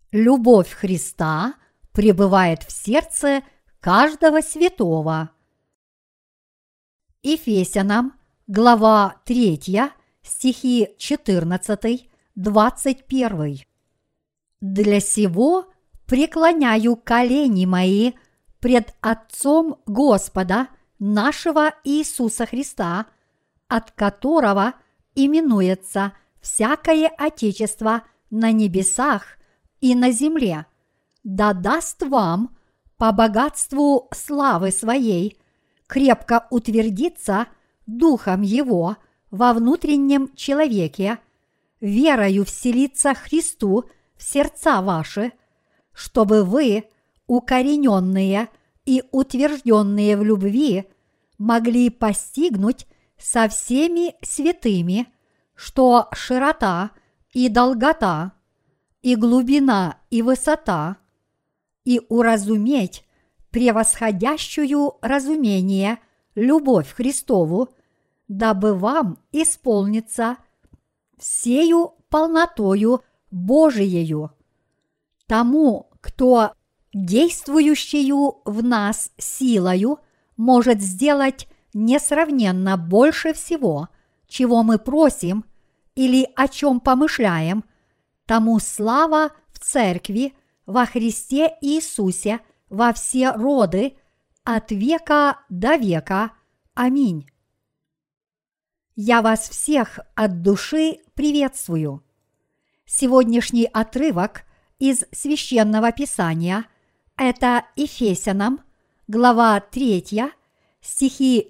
Любовь Христа пребывает в сердце каждого святого. Ефесянам, глава 3, стихи 14-21. «Для сего преклоняю колени мои пред Отцом Господа нашего Иисуса Христа, от которого именуется всякое Отечество на небесах и на земле, да даст вам по богатству славы своей крепко утвердиться Духом Его во внутреннем человеке, верою вселиться Христу в сердца ваши, чтобы вы, укорененные и утвержденные в любви, могли постигнуть со всеми святыми, что широта и долгота, и глубина и высота, и уразуметь превосходящую разумение любовь Христову, дабы вам исполниться всею полнотою Божиею. Тому, кто действующую в нас силою может сделать несравненно больше всего, чего мы просим или о чем помышляем, тому слава в Церкви во Христе Иисусе во все роды, от века до века. Аминь. Я вас всех от души приветствую. Сегодняшний отрывок из Священного Писания – это Ефесянам, глава 3, стихи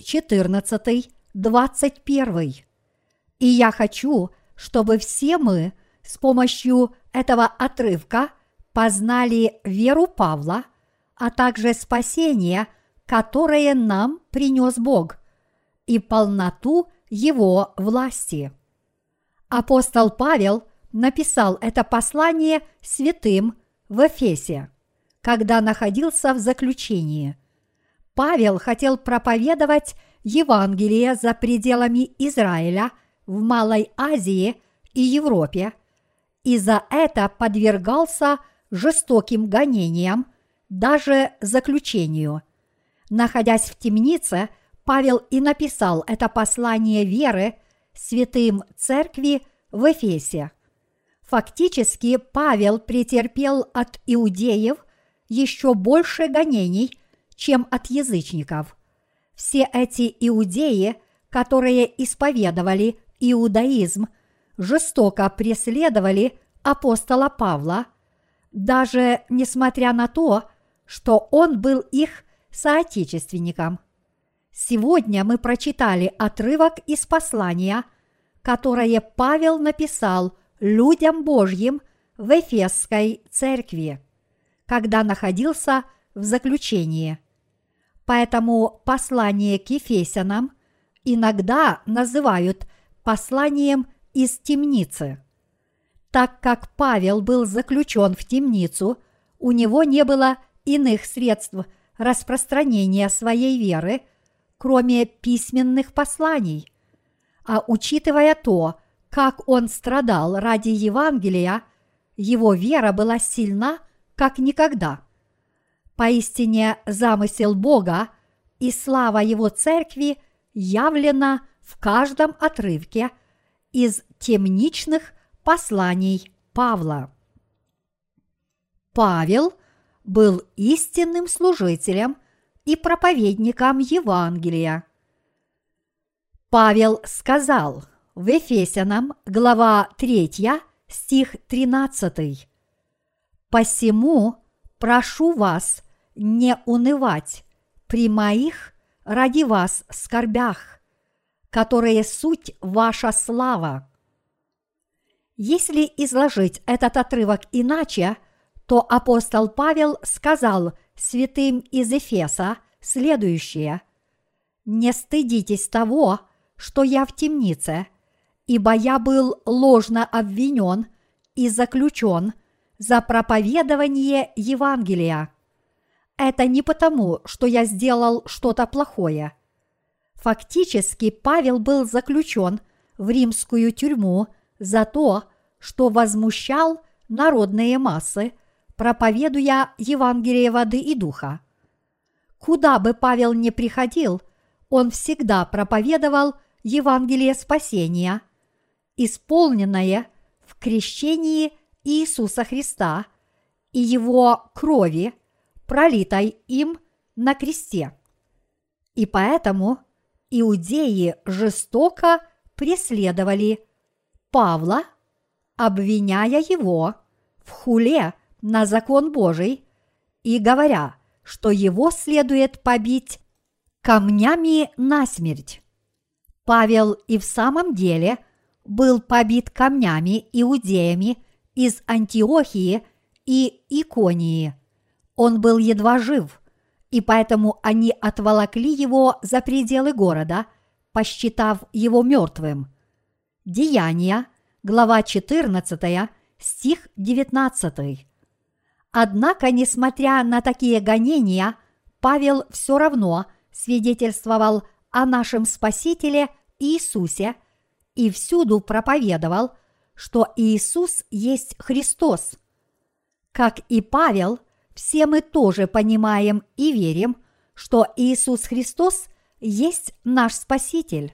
14-21. И я хочу, чтобы все мы с помощью этого отрывка познали веру Павла, а также спасение, которое нам принес Бог, и полноту Его власти. Апостол Павел написал это послание святым в Эфесе, когда находился в заключении. Павел хотел проповедовать Евангелие за пределами Израиля в Малой Азии и Европе, и за это подвергался жестоким гонениям, даже заключению. Находясь в темнице, Павел и написал это послание веры святым церкви в Эфесе. Фактически Павел претерпел от иудеев еще больше гонений, чем от язычников. Все эти иудеи, которые исповедовали иудаизм, жестоко преследовали апостола Павла, даже несмотря на то, что он был их соотечественником. Сегодня мы прочитали отрывок из послания, которое Павел написал людям Божьим в Эфесской церкви, когда находился в заключении. Поэтому послание к Ефесянам иногда называют посланием из темницы. Так как Павел был заключен в темницу, у него не было иных средств распространения своей веры, кроме письменных посланий. А учитывая то, как он страдал ради Евангелия, его вера была сильна, как никогда. Поистине замысел Бога и слава Его церкви явлена в каждом отрывке из темничных посланий Павла. Павел был истинным служителем и проповедником Евангелия. Павел сказал в Ефесянам, глава 3, стих 13: «Посему прошу вас не унывать при моих ради вас скорбях, которые суть ваша слава». Если изложить этот отрывок иначе, то апостол Павел сказал святым из Эфеса следующее: «Не стыдитесь того, что я в темнице, ибо я был ложно обвинен и заключен за проповедование Евангелия. Это не потому, что я сделал что-то плохое». Фактически Павел был заключен в римскую тюрьму за то, что возмущал народные массы, проповедуя Евангелие воды и духа. Куда бы Павел ни приходил, он всегда проповедовал Евангелие спасения, исполненное в крещении Иисуса Христа и Его крови, пролитой им на кресте. И поэтому иудеи жестоко преследовали Павла, обвиняя его в хуле на закон Божий и говоря, что его следует побить камнями насмерть. Павел и в самом деле был побит камнями иудеями из Антиохии и Иконии. Он был едва жив, и поэтому они отволокли его за пределы города, посчитав его мертвым. Деяния, глава 14, стих 19. Однако, несмотря на такие гонения, Павел все равно свидетельствовал о нашем Спасителе Иисусе и всюду проповедовал, что Иисус есть Христос. Как и Павел, все мы тоже понимаем и верим, что Иисус Христос есть наш Спаситель.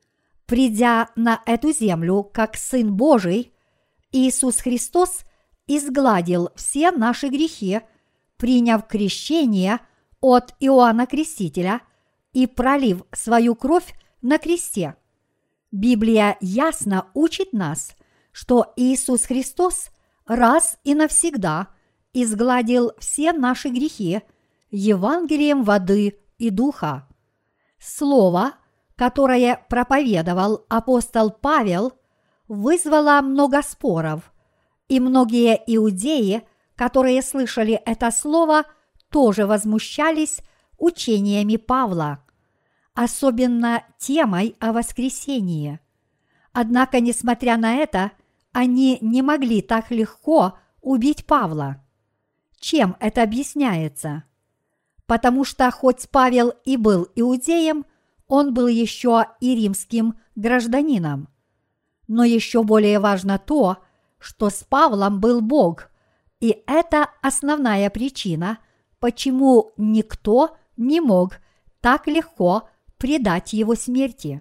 Придя на эту землю как Сын Божий, Иисус Христос изгладил все наши грехи, приняв крещение от Иоанна Крестителя и пролив свою кровь на кресте. Библия ясно учит нас, что Иисус Христос раз и навсегда изгладил все наши грехи Евангелием воды и духа. Слово, которое проповедовал апостол Павел, вызвало много споров, и многие иудеи, которые слышали это слово, тоже возмущались учениями Павла, особенно темой о воскресении. Однако, несмотря на это, они не могли так легко убить Павла. Чем это объясняется? Потому что хоть Павел и был иудеем, он был еще и римским гражданином. Но еще более важно то, что с Павлом был Бог, и это основная причина, почему никто не мог так легко предать его смерти.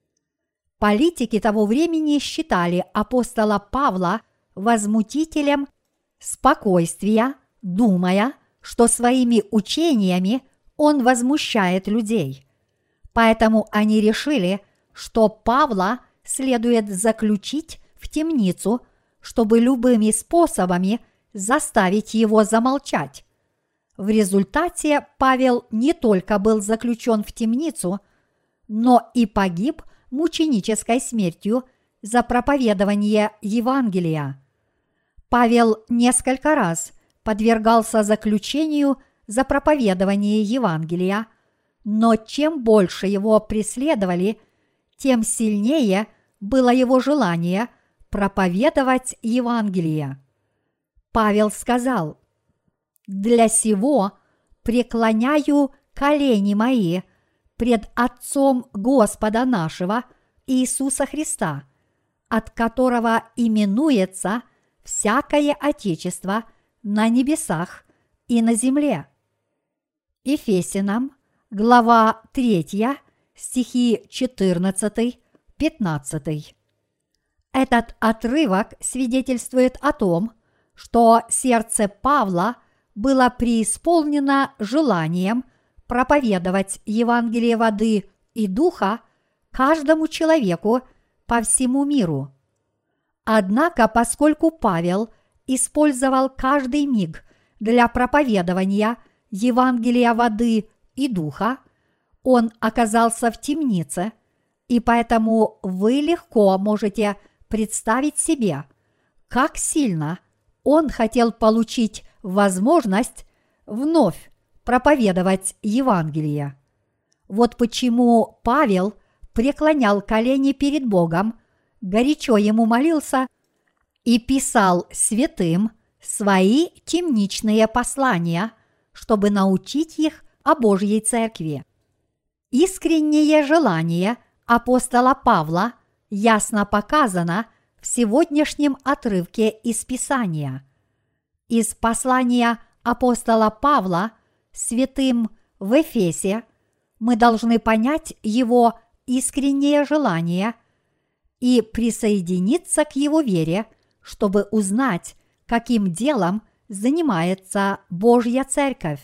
Политики того времени считали апостола Павла возмутителем спокойствия, думая, что своими учениями он возмущает людей. Поэтому они решили, что Павла следует заключить в темницу, чтобы любыми способами заставить его замолчать. В результате Павел не только был заключен в темницу, но и погиб мученической смертью за проповедование Евангелия. Павел несколько раз подвергался заключению за проповедование Евангелия, но чем больше его преследовали, тем сильнее было его желание проповедовать Евангелие. Павел сказал: «Для сего преклоняю колени мои пред Отцом Господа нашего Иисуса Христа, от которого именуется всякое отечество на небесах и на земле». Ефесянам, глава 3, стихи 14-15. Этот отрывок свидетельствует о том, что сердце Павла было преисполнено желанием проповедовать Евангелие воды и духа каждому человеку по всему миру. Однако, поскольку Павел использовал каждый миг для проповедования Евангелия воды и духа, он оказался в темнице, и поэтому вы легко можете представить себе, как сильно он хотел получить возможность вновь проповедовать Евангелие. Вот почему Павел преклонял колени перед Богом, горячо ему молился и писал святым свои темничные послания, чтобы научить их о Божьей Церкви. Искреннее желание апостола Павла ясно показано в сегодняшнем отрывке из Писания. Из послания апостола Павла святым в Эфесе мы должны понять его искреннее желание и присоединиться к его вере, чтобы узнать, каким делом занимается Божья Церковь.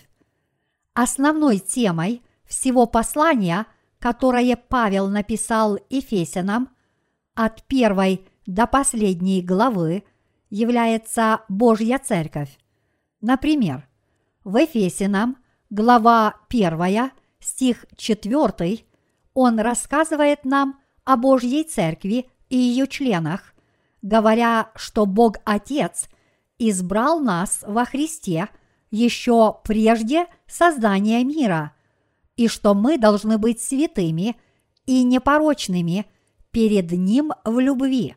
Основной темой всего послания, которое Павел написал Ефесянам, от 1 до последней главы, является Божья Церковь. Например, в Ефесянам, глава 1, стих 4, он рассказывает нам о Божьей Церкви и ее членах, говоря, что Бог Отец избрал нас во Христе еще прежде создания мира, и что мы должны быть святыми и непорочными перед Ним в любви.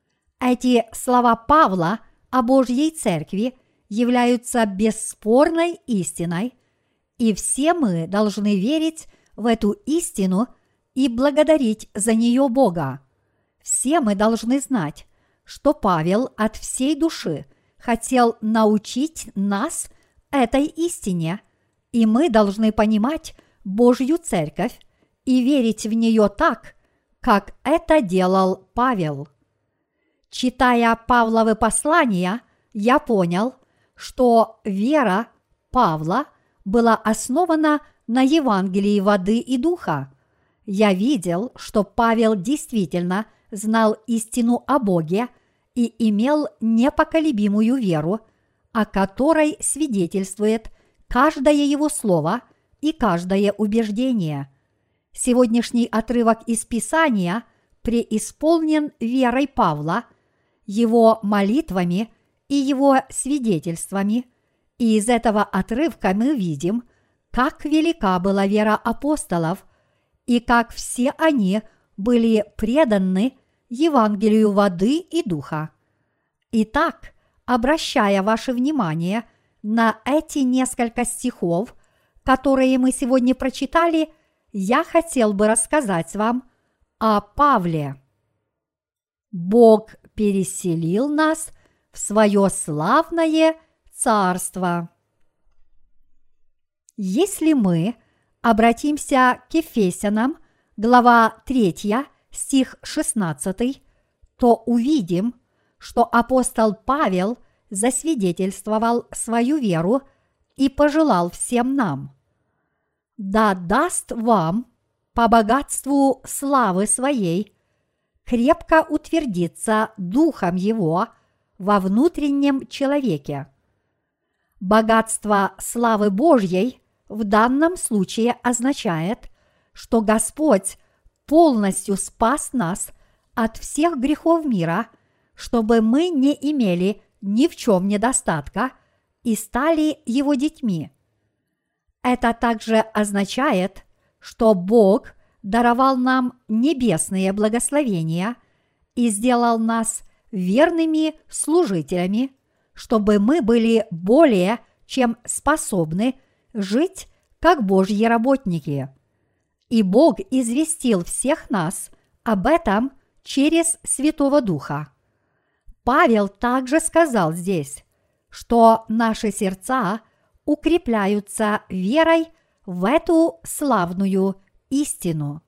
Эти слова Павла о Божьей Церкви являются бесспорной истиной, и все мы должны верить в эту истину и благодарить за нее Бога. Все мы должны знать, что Павел от всей души хотел научить нас этой истине, и мы должны понимать Божью Церковь и верить в нее так, как это делал Павел. Читая Павловы послания, я понял, что вера Павла была основана на Евангелии воды и духа. Я видел, что Павел действительно знал истину о Боге и имел непоколебимую веру, о которой свидетельствует каждое его слово и каждое убеждение. Сегодняшний отрывок из Писания преисполнен верой Павла, его молитвами и его свидетельствами, и из этого отрывка мы видим, как велика была вера апостолов и как все они были преданы Евангелию воды и духа. Итак, обращая ваше внимание на эти несколько стихов, которые мы сегодня прочитали, я хотел бы рассказать вам о Павле. Бог переселил нас в свое славное царство. Если мы обратимся к Ефесянам, глава 3, стих 16, то увидим, что апостол Павел засвидетельствовал свою веру и пожелал всем нам: «Да даст вам по богатству славы своей крепко утвердиться духом его во внутреннем человеке». Богатство славы Божьей в данном случае означает, что Господь полностью спас нас от всех грехов мира, чтобы мы не имели ни в чем недостатка и стали Его детьми. Это также означает, что Бог даровал нам небесные благословения и сделал нас верными служителями, чтобы мы были более чем способны жить как Божьи работники. И Бог известил всех нас об этом через Святого Духа. Павел также сказал здесь, что наши сердца укрепляются верой в эту славную истину.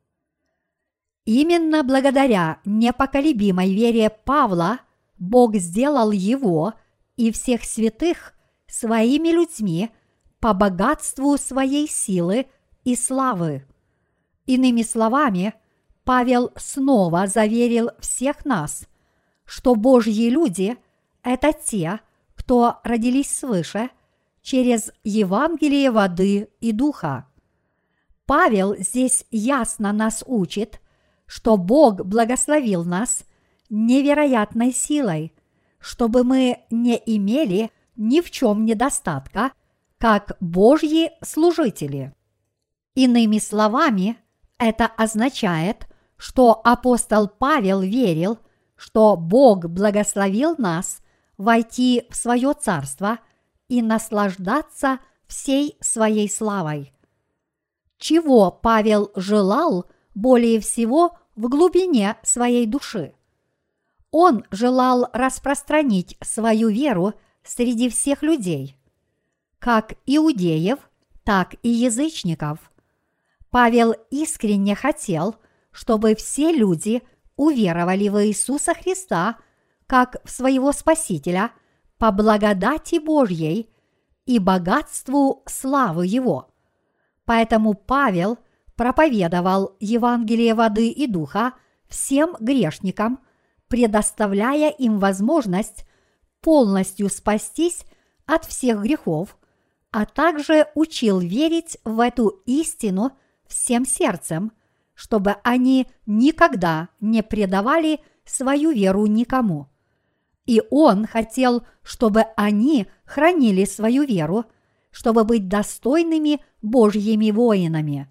Именно благодаря непоколебимой вере Павла Бог сделал его и всех святых своими людьми по богатству своей силы и славы. Иными словами, Павел снова заверил всех нас, что Божьи люди – это те, кто родились свыше через Евангелие воды и духа. Павел здесь ясно нас учит, что Бог благословил нас невероятной силой, чтобы мы не имели ни в чем недостатка, как Божьи служители. Иными словами, это означает, что апостол Павел верил, что Бог благословил нас войти в свое царство и наслаждаться всей своей славой. Чего Павел желал более всего в глубине своей души? Он желал распространить свою веру среди всех людей, как иудеев, так и язычников. Павел искренне хотел, чтобы все люди уверовали в Иисуса Христа как в своего Спасителя по благодати Божьей и богатству славы Его. Поэтому Павел проповедовал Евангелие воды и духа всем грешникам, предоставляя им возможность полностью спастись от всех грехов, а также учил верить в эту истину всем сердцем, чтобы они никогда не предавали свою веру никому. И он хотел, чтобы они хранили свою веру, чтобы быть достойными Божьими воинами.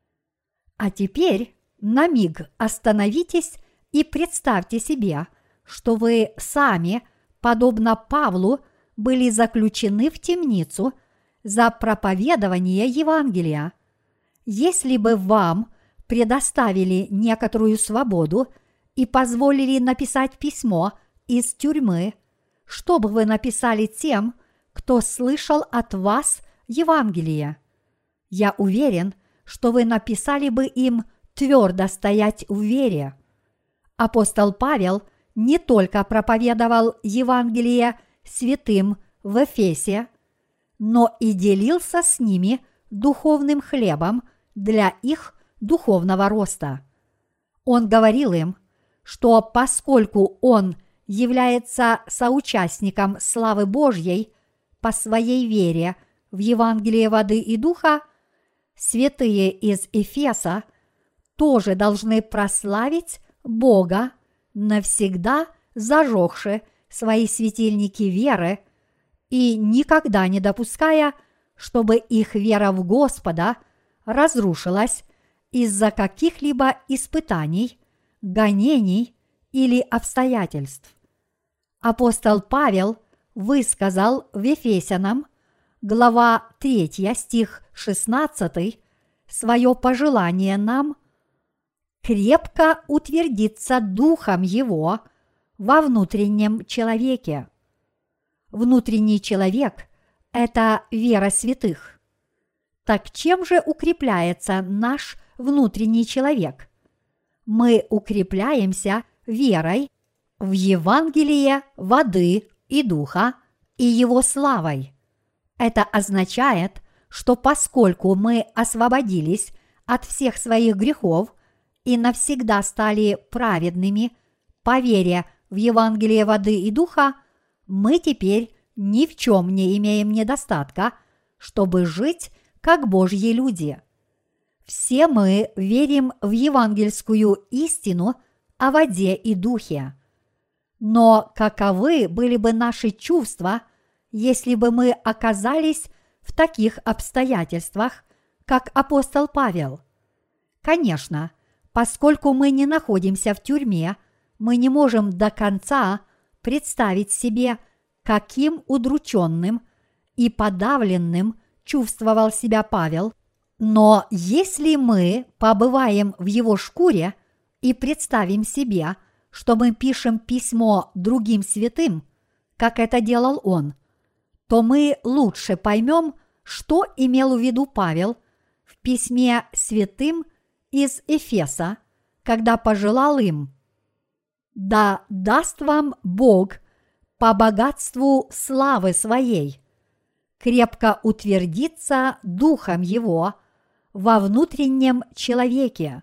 А теперь на миг остановитесь и представьте себе, что вы сами, подобно Павлу, были заключены в темницу за проповедование Евангелия. Если бы вам предоставили некоторую свободу и позволили написать письмо из тюрьмы, что бы вы написали тем, кто слышал от вас Евангелие? Я уверен, что вы написали бы им твердо стоять в вере. Апостол Павел не только проповедовал Евангелие святым в Эфесе, но и делился с ними духовным хлебом для их духовного роста. Он говорил им, что поскольку он является соучастником славы Божьей по своей вере в Евангелие воды и духа, святые из Эфеса тоже должны прославить Бога, навсегда зажегши свои светильники веры и никогда не допуская, чтобы их вера в Господа разрушилась из-за каких-либо испытаний, гонений или обстоятельств. Апостол Павел высказал в Ефесянам, глава 3, стих 16, свое пожелание нам крепко утвердиться духом Его во внутреннем человеке. Внутренний человек – это вера святых. Так чем же укрепляется наш внутренний человек? Мы укрепляемся верой в Евангелие воды и духа и его славой. Это означает, что поскольку мы освободились от всех своих грехов и навсегда стали праведными по вере в Евангелие воды и духа, мы теперь ни в чем не имеем недостатка, чтобы жить как Божьи люди. Все мы верим в евангельскую истину о воде и духе. Но каковы были бы наши чувства, если бы мы оказались в таких обстоятельствах, как апостол Павел? Конечно, поскольку мы не находимся в тюрьме, мы не можем до конца представить себе, каким удрученным и подавленным чувствовал себя Павел, но если мы побываем в его шкуре и представим себе, что мы пишем письмо другим святым, как это делал он, то мы лучше поймем, что имел в виду Павел в письме святым из Эфеса, когда пожелал им: «Да даст вам Бог по богатству славы своей крепко утвердиться духом Его во внутреннем человеке».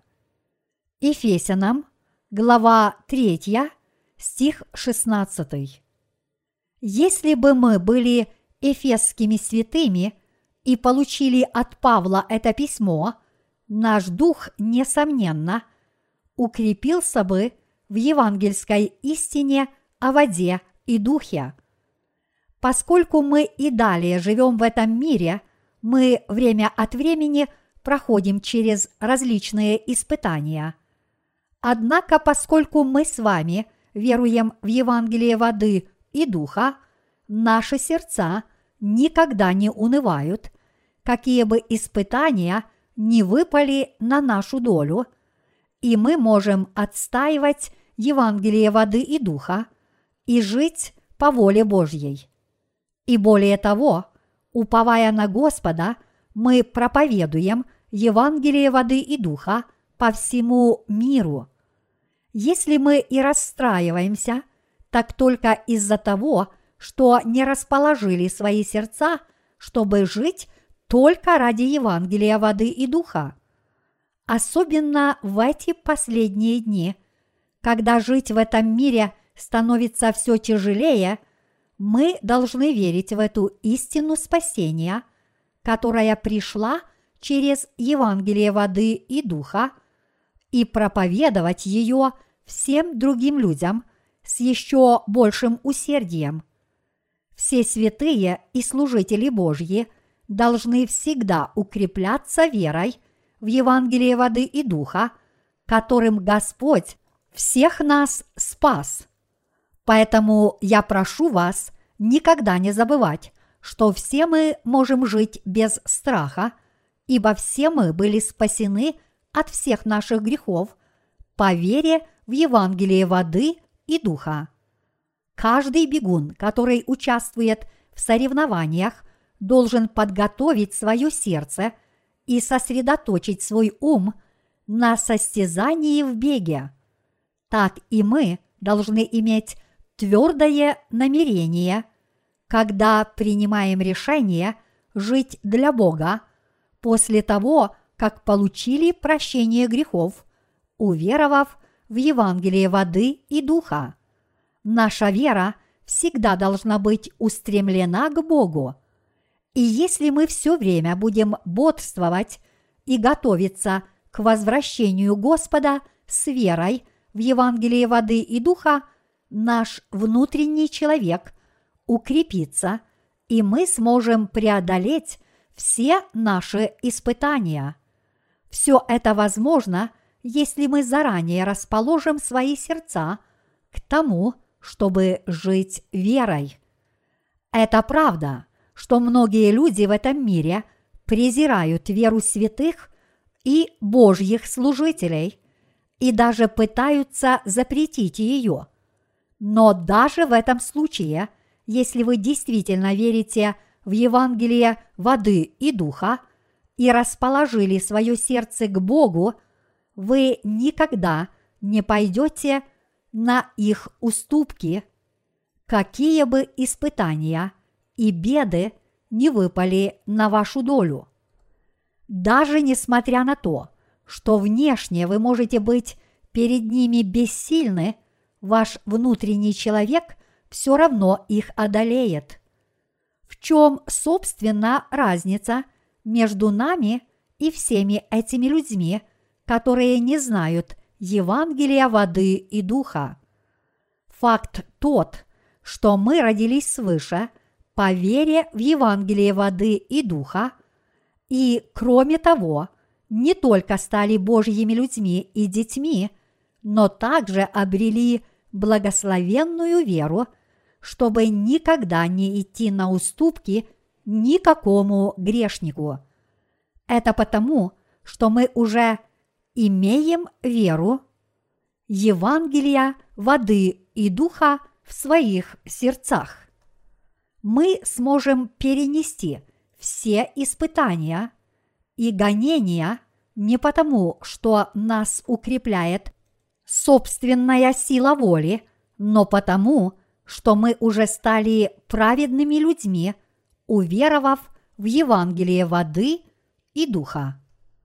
Ефесянам, глава 3, стих 16. Если бы мы были эфесскими святыми и получили от Павла это письмо, наш дух, несомненно, укрепился бы в евангельской истине о воде и духе. Поскольку мы и далее живем в этом мире, мы время от времени проходим через различные испытания. Однако, поскольку мы с вами веруем в Евангелие воды и духа, наши сердца никогда не унывают, какие бы испытания ни выпали на нашу долю, и мы можем отстаивать Евангелие воды и духа и жить по воле Божьей. И более того, уповая на Господа, мы проповедуем Евангелие воды и духа по всему миру. Если мы и расстраиваемся, так только из-за того, что не расположили свои сердца, чтобы жить только ради Евангелия воды и духа. Особенно в эти последние дни, когда жить в этом мире становится все тяжелее, мы должны верить в эту истину спасения, которая пришла через Евангелие воды и духа, и проповедовать ее всем другим людям с еще большим усердием. Все святые и служители Божьи должны всегда укрепляться верой в Евангелие воды и духа, которым Господь всех нас спас. Поэтому я прошу вас никогда не забывать, что все мы можем жить без страха, ибо все мы были спасены от всех наших грехов по вере в Евангелие воды и духа. Каждый бегун, который участвует в соревнованиях, должен подготовить свое сердце и сосредоточить свой ум на состязании в беге. Так и мы должны иметь твердое намерение, когда принимаем решение жить для Бога после того, как получили прощение грехов, уверовав в Евангелие воды и духа. Наша вера всегда должна быть устремлена к Богу. И если мы все время будем бодрствовать и готовиться к возвращению Господа с верой в Евангелие воды и духа, наш внутренний человек укрепится, и мы сможем преодолеть все наши испытания. Все это возможно, если мы заранее расположим свои сердца к тому, чтобы жить верой. Это правда, что многие люди в этом мире презирают веру святых и Божьих служителей и даже пытаются запретить ее. Но даже в этом случае, если вы действительно верите в Евангелие воды и духа и расположили свое сердце к Богу, вы никогда не пойдете на их уступки, какие бы испытания и беды не выпали на вашу долю. Даже несмотря на то, что внешне вы можете быть перед ними бессильны, ваш внутренний человек все равно их одолеет. В чем, собственно, разница между нами и всеми этими людьми, которые не знают Евангелия воды и духа? Факт тот, что мы родились свыше по вере в Евангелие воды и духа, и, кроме того, не только стали Божьими людьми и детьми, но также обрели благословенную веру, чтобы никогда не идти на уступки никакому грешнику. Это потому, что мы уже имеем веру Евангелия воды и духа в своих сердцах. Мы сможем перенести все испытания и гонения не потому, что нас укрепляет собственная сила воли, но потому, что мы уже стали праведными людьми, уверовав в Евангелие воды и духа.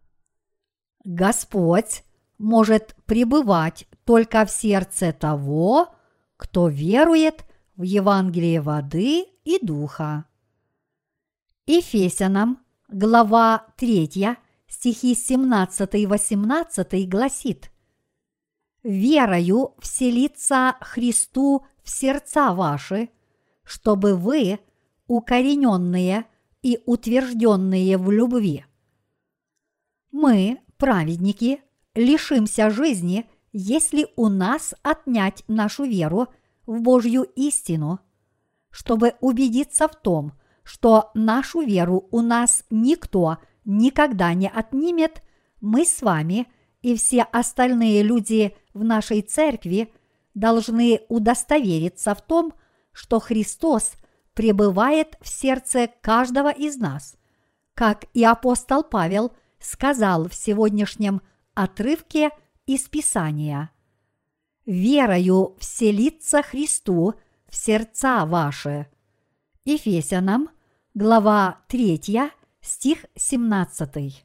Господь может пребывать только в сердце того, кто верует в Евангелие воды и духа. Ефесянам, глава 3, стихи 17-18 гласит: «Верою вселится Христу в сердца ваши, чтобы вы, укорененные и утвержденные в любви». Мы, праведники, лишимся жизни, если у нас отнять нашу веру в Божью истину. Чтобы убедиться в том, что нашу веру у нас никто никогда не отнимет, мы с вами и все остальные люди в нашей церкви должны удостовериться в том, что Христос пребывает в сердце каждого из нас, как и апостол Павел сказал в сегодняшнем отрывке из Писания: «Верою вселится Христу в сердца ваши». Ефесянам, глава 3, стих 17.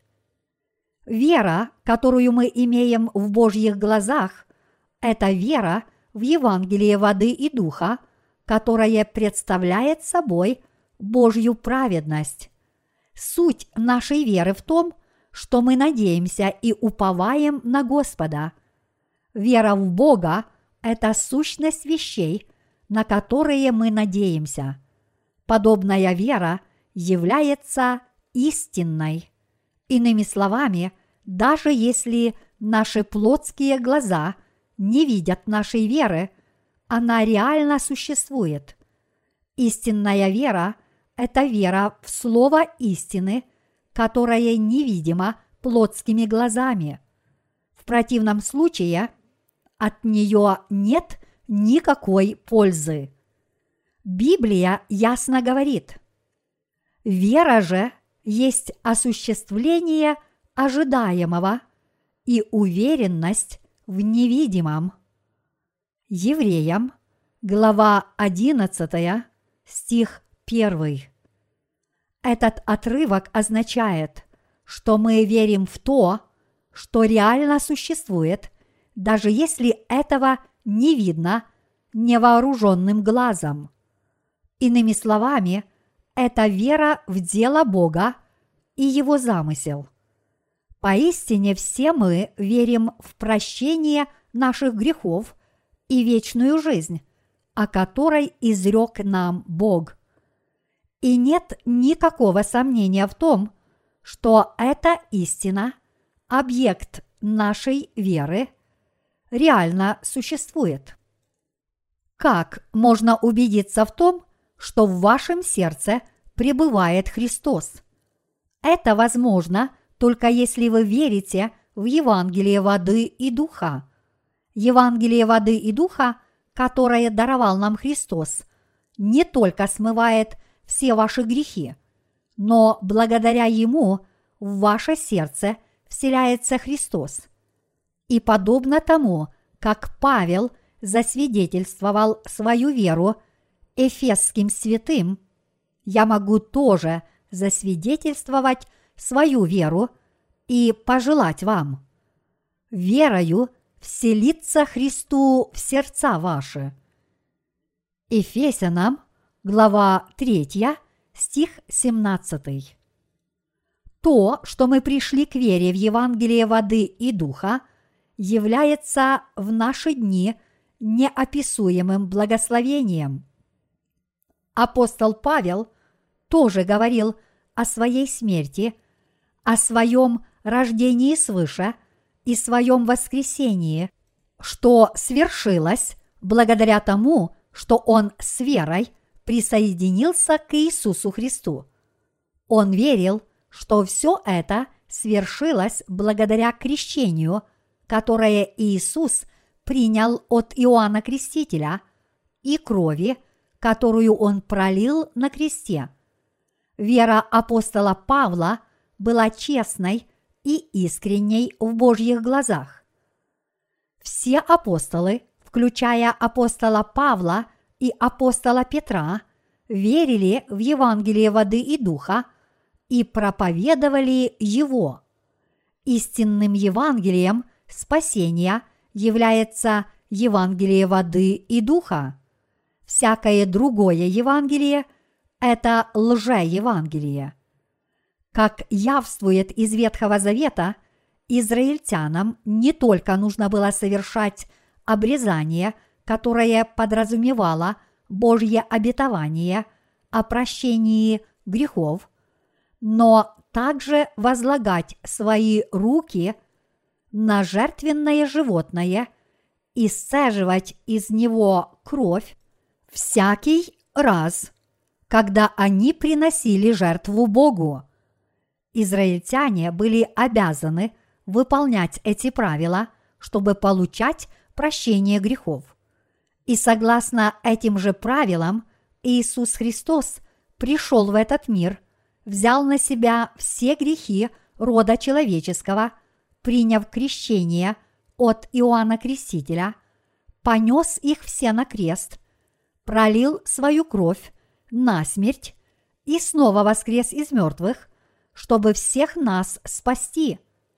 Вера, которую мы имеем в Божьих глазах, это вера в Евангелие воды и духа, которая представляет собой Божью праведность. Суть нашей веры в том, что мы надеемся и уповаем на Господа. Вера в Бога – это сущность вещей, на которые мы надеемся. Подобная вера является истинной. Иными словами, даже если наши плотские глаза не видят нашей веры, она реально существует. Истинная вера – это вера в слово истины, которое невидимо плотскими глазами. В противном случае от нее нет никакой пользы. Библия ясно говорит: вера же есть осуществление ожидаемого и уверенность в невидимом. Евреям, глава 11, стих 1. Этот отрывок означает, что мы верим в то, что реально существует, даже если этого не видно невооруженным глазом. Иными словами, это вера в дело Бога и Его замысел. Поистине все мы верим в прощение наших грехов и вечную жизнь, о которой изрек нам Бог. И нет никакого сомнения в том, что эта истина, объект нашей веры, реально существует. Как можно убедиться в том, что в вашем сердце пребывает Христос? Это возможно только если вы верите в Евангелие воды и духа. Евангелие воды и духа, которое даровал нам Христос, не только смывает все ваши грехи, но благодаря Ему в ваше сердце вселяется Христос. И подобно тому, как Павел засвидетельствовал свою веру эфесским святым, я могу тоже засвидетельствовать свою веру и пожелать вам: верою вселиться Христу в сердца ваши. Ефесянам, глава 3, стих 17. То, что мы пришли к вере в Евангелие воды и духа, является в наши дни неописуемым благословением. Апостол Павел тоже говорил о своей смерти, о своем рождении свыше и своем воскресении, что свершилось благодаря тому, что он с верой присоединился к Иисусу Христу. Он верил, что все это свершилось благодаря крещению, которое Иисус принял от Иоанна Крестителя, и крови, которую он пролил на кресте. Вера апостола Павла была честной и искренней в Божьих глазах. Все апостолы, включая апостола Павла и апостола Петра, верили в Евангелие воды и духа и проповедовали его. Истинным Евангелием спасения является Евангелие воды и духа. Всякое другое Евангелие – это лже-евангелие. Как явствует из Ветхого Завета, израильтянам не только нужно было совершать обрезание, которое подразумевало Божье обетование о прощении грехов, но также возлагать свои руки на жертвенное животное и сцеживать из него кровь всякий раз, когда они приносили жертву Богу. Израильтяне были обязаны выполнять эти правила, чтобы получать прощение грехов. И согласно этим же правилам, Иисус Христос пришел в этот мир, взял на себя все грехи рода человеческого, приняв крещение от Иоанна Крестителя, понес их все на крест, пролил свою кровь на смерть и снова воскрес из мертвых, чтобы всех нас спасти.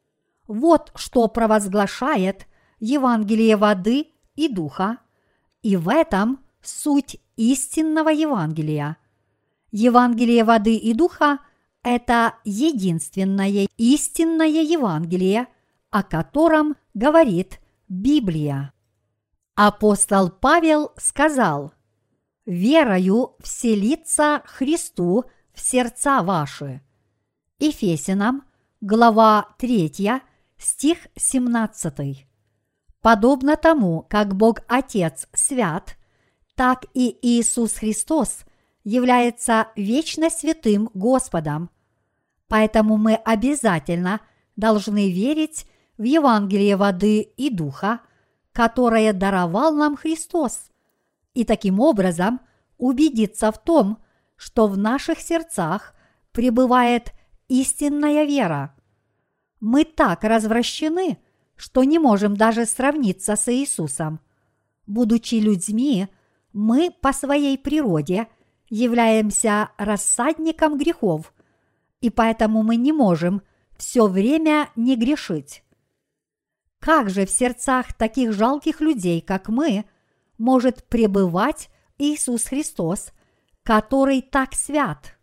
Вот что провозглашает Евангелие воды и духа, и в этом суть истинного Евангелия. Евангелие воды и духа – это единственное истинное Евангелие, о котором говорит Библия. Апостол Павел сказал: «Верою вселится Христу в сердца ваши». Ефесянам, глава 3, стих 17. Подобно тому, как Бог Отец свят, так и Иисус Христос является вечно святым Господом. Поэтому мы обязательно должны верить в Евангелие воды и духа, которое даровал нам Христос, и таким образом убедиться в том, что в наших сердцах пребывает истинная вера. Мы так развращены, что не можем даже сравниться с Иисусом. Будучи людьми, мы по своей природе являемся рассадником грехов, и поэтому мы не можем все время не грешить. Как же в сердцах таких жалких людей, как мы, может пребывать Иисус Христос, который так свят?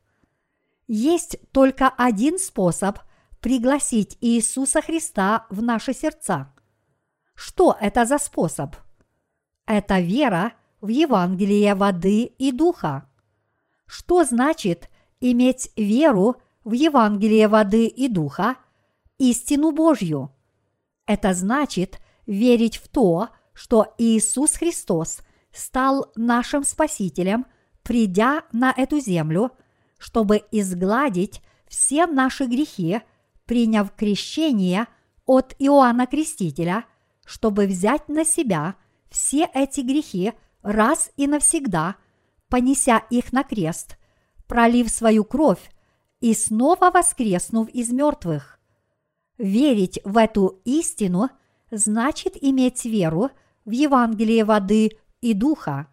Есть только один способ пригласить Иисуса Христа в наши сердца. Что это за способ? Это вера в Евангелие воды и духа. Что значит иметь веру в Евангелие воды и духа, истину Божью? Это значит верить в то, что Иисус Христос стал нашим Спасителем, придя на эту землю, чтобы изгладить все наши грехи, приняв крещение от Иоанна Крестителя, чтобы взять на себя все эти грехи раз и навсегда, понеся их на крест, пролив свою кровь и снова воскреснув из мертвых. Верить в эту истину значит иметь веру в Евангелие воды и духа.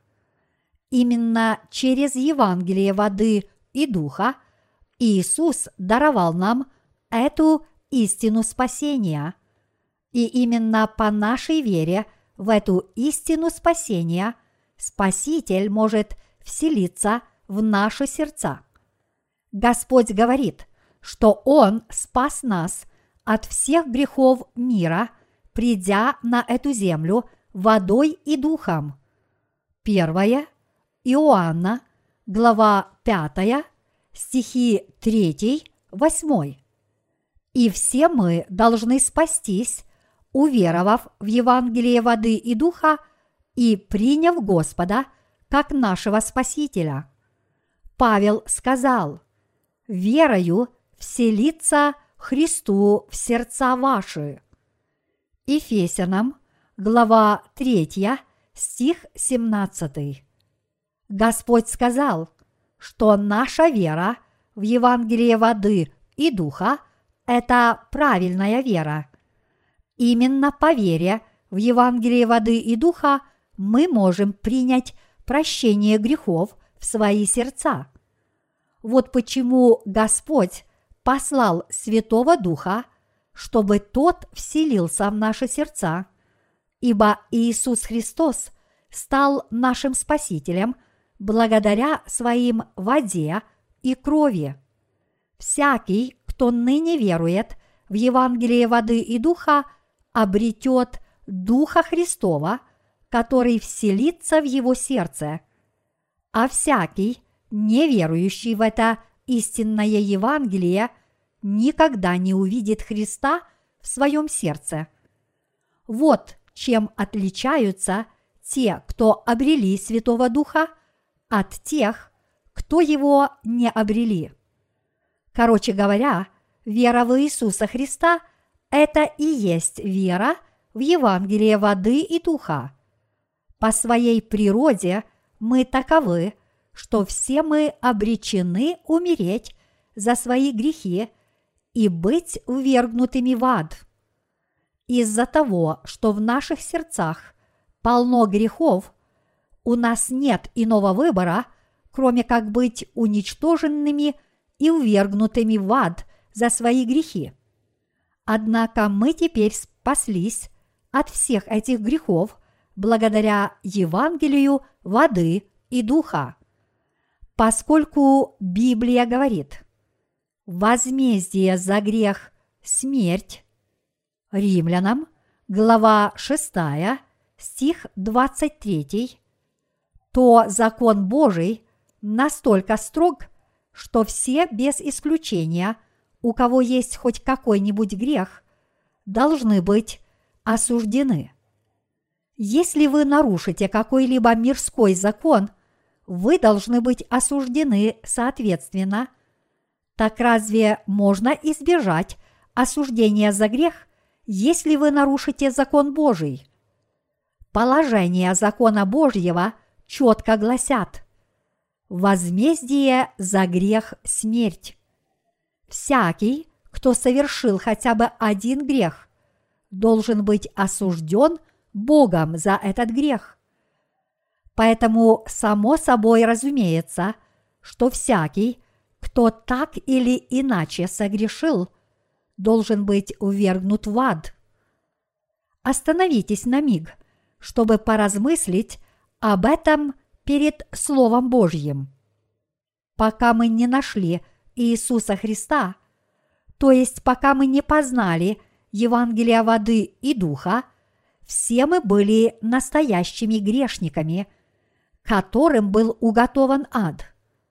Именно через Евангелие воды и духа Иисус даровал нам эту истину спасения. И именно по нашей вере в эту истину спасения Спаситель может вселиться в наши сердца. Господь говорит, что Он спас нас от всех грехов мира, придя на эту землю водой и духом. 1 Иоанна, глава 5, стихи 3-8. И все мы должны спастись, уверовав в Евангелие воды и духа и приняв Господа как нашего Спасителя. Павел сказал: «Верою вселится Христу в сердца ваши». Ефесянам, глава 3, стих 17. Господь сказал, что наша вера в Евангелие воды и духа – это правильная вера. Именно по вере в Евангелие воды и духа мы можем принять прощение грехов в свои сердца. Вот почему Господь послал Святого Духа, чтобы Тот вселился в наши сердца, ибо Иисус Христос стал нашим Спасителем благодаря своим воде и крови. Всякий, кто ныне верует в Евангелие воды и духа, обретет Духа Христова, который вселится в его сердце. А всякий, неверующий в это истинное Евангелие, никогда не увидит Христа в своем сердце. Вот чем отличаются те, кто обрели Святого Духа, от тех, кто его не обрели. Короче говоря, вера в Иисуса Христа – это и есть вера в Евангелие воды и духа. По своей природе мы таковы, что все мы обречены умереть за свои грехи и быть ввергнутыми в ад. Из-за того, что в наших сердцах полно грехов, у нас нет иного выбора, кроме как быть уничтоженными и ввергнутыми в ад за свои грехи. Однако мы теперь спаслись от всех этих грехов благодаря Евангелию воды и духа. Поскольку Библия говорит: возмездие за грех – смерть, Римлянам, глава 6, стих 23, то закон Божий настолько строг, что все без исключения, у кого есть хоть какой-нибудь грех, должны быть осуждены. Если вы нарушите какой-либо мирской закон, вы должны быть осуждены соответственно. Так разве можно избежать осуждения за грех, если вы нарушите закон Божий? Положения закона Божьего четко гласят: возмездие за грех – смерть. Всякий, кто совершил хотя бы один грех, должен быть осужден Богом за этот грех. Поэтому само собой разумеется, что всякий, кто так или иначе согрешил, должен быть ввергнут в ад. Остановитесь на миг, чтобы поразмыслить об этом перед Словом Божьим. Пока мы не нашли Иисуса Христа, то есть пока мы не познали Евангелия воды и духа, все мы были настоящими грешниками, которым был уготован ад.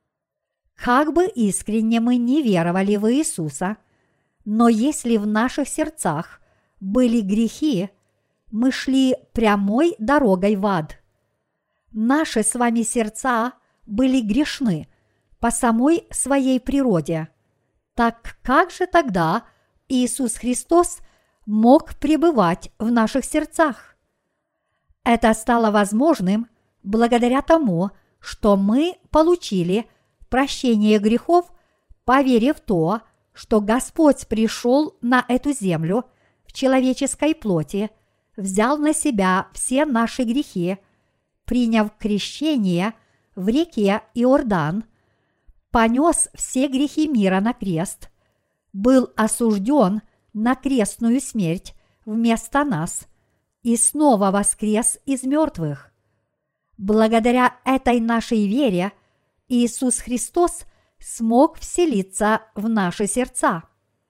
Как бы искренне мы не веровали в Иисуса, но если в наших сердцах были грехи, мы шли прямой дорогой в ад. Наши с вами сердца были грешны по самой своей природе. Так как же тогда Иисус Христос мог пребывать в наших сердцах? Это стало возможным благодаря тому, что мы получили прощение грехов, поверив в то, что Господь пришел на эту землю в человеческой плоти, взял на себя все наши грехи, приняв крещение в реке Иордан, понес все грехи мира на крест, был осужден на крестную смерть вместо нас и снова воскрес из мертвых. Благодаря этой нашей вере Иисус Христос смог вселиться в наши сердца.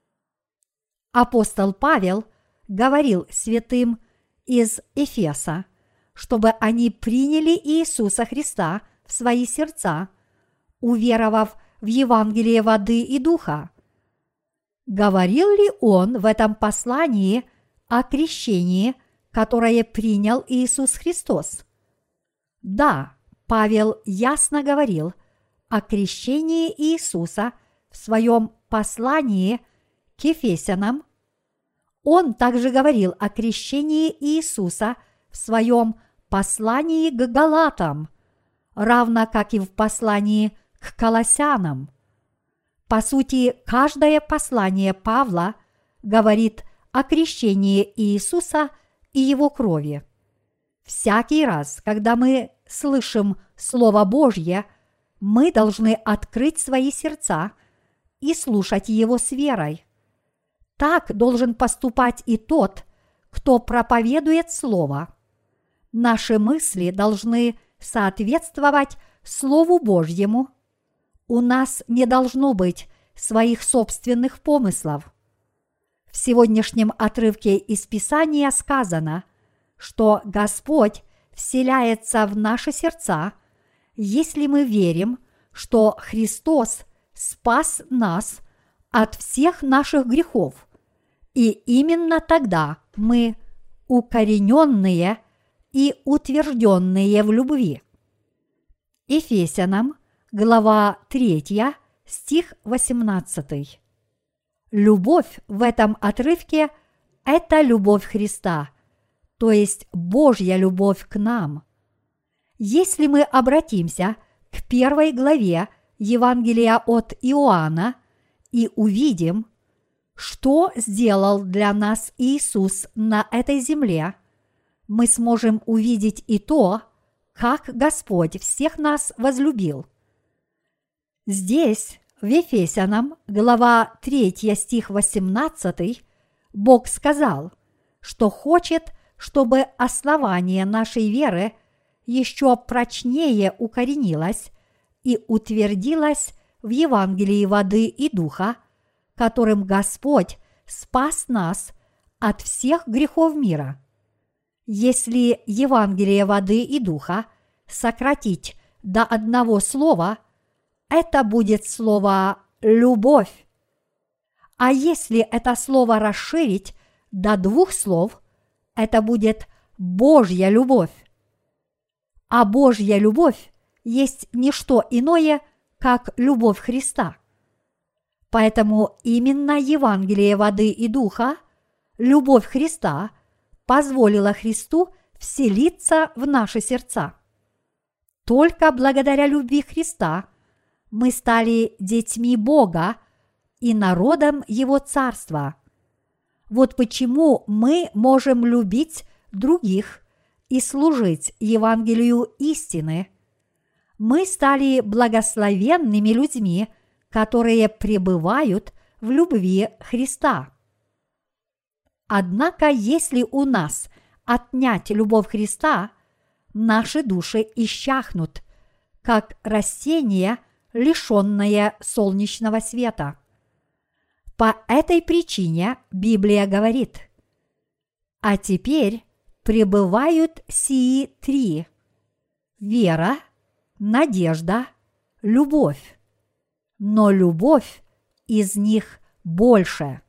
Апостол Павел говорил святым из Эфеса, чтобы они приняли Иисуса Христа в свои сердца, уверовав в Евангелие воды и духа. Говорил ли он в этом послании о крещении, которое принял Иисус Христос? Да, Павел ясно говорил о крещении Иисуса в своем послании к Ефесянам. Он также говорил о крещении Иисуса в своем послании к Галатам, равно как и в послании к Колоссянам. По сути, каждое послание Павла говорит о крещении Иисуса и его крови. Всякий раз, когда мы слышим Слово Божье, мы должны открыть свои сердца и слушать его с верой. Так должен поступать и тот, кто проповедует Слово. Наши мысли должны соответствовать Слову Божьему. У нас не должно быть своих собственных помыслов. В сегодняшнем отрывке из Писания сказано, что Господь вселяется в наши сердца, если мы верим, что Христос спас нас от всех наших грехов, и именно тогда мы укорененные и утвержденные в любви. Ефесянам, глава 3, стих 18. Любовь в этом отрывке – это любовь Христа, то есть Божья любовь к нам. Если мы обратимся к 1 главе Евангелия от Иоанна и увидим, что сделал для нас Иисус на этой земле, мы сможем увидеть и то, как Господь всех нас возлюбил. Здесь, в Ефесянам, глава 3, стих 18, Бог сказал, что хочет, чтобы основание нашей веры еще прочнее укоренилось и утвердилось в Евангелии воды и духа, которым Господь спас нас от всех грехов мира. Если Евангелие воды и духа сократить до одного слова, это будет слово «любовь». А если это слово расширить до 2 слов, это будет Божья любовь. А Божья любовь есть не что иное, как любовь Христа. Поэтому именно Евангелие воды и духа, любовь Христа, позволила Христу вселиться в наши сердца. Только благодаря любви Христа мы стали детьми Бога и народом Его Царства. Вот почему мы можем любить других и служить Евангелию истины. Мы стали благословенными людьми, которые пребывают в любви Христа. Однако, если у нас отнять любовь Христа, наши души исчахнут, как растение, лишенное солнечного света. По этой причине Библия говорит: «А теперь пребывают сии 3 – вера, надежда, любовь, но любовь из них больше».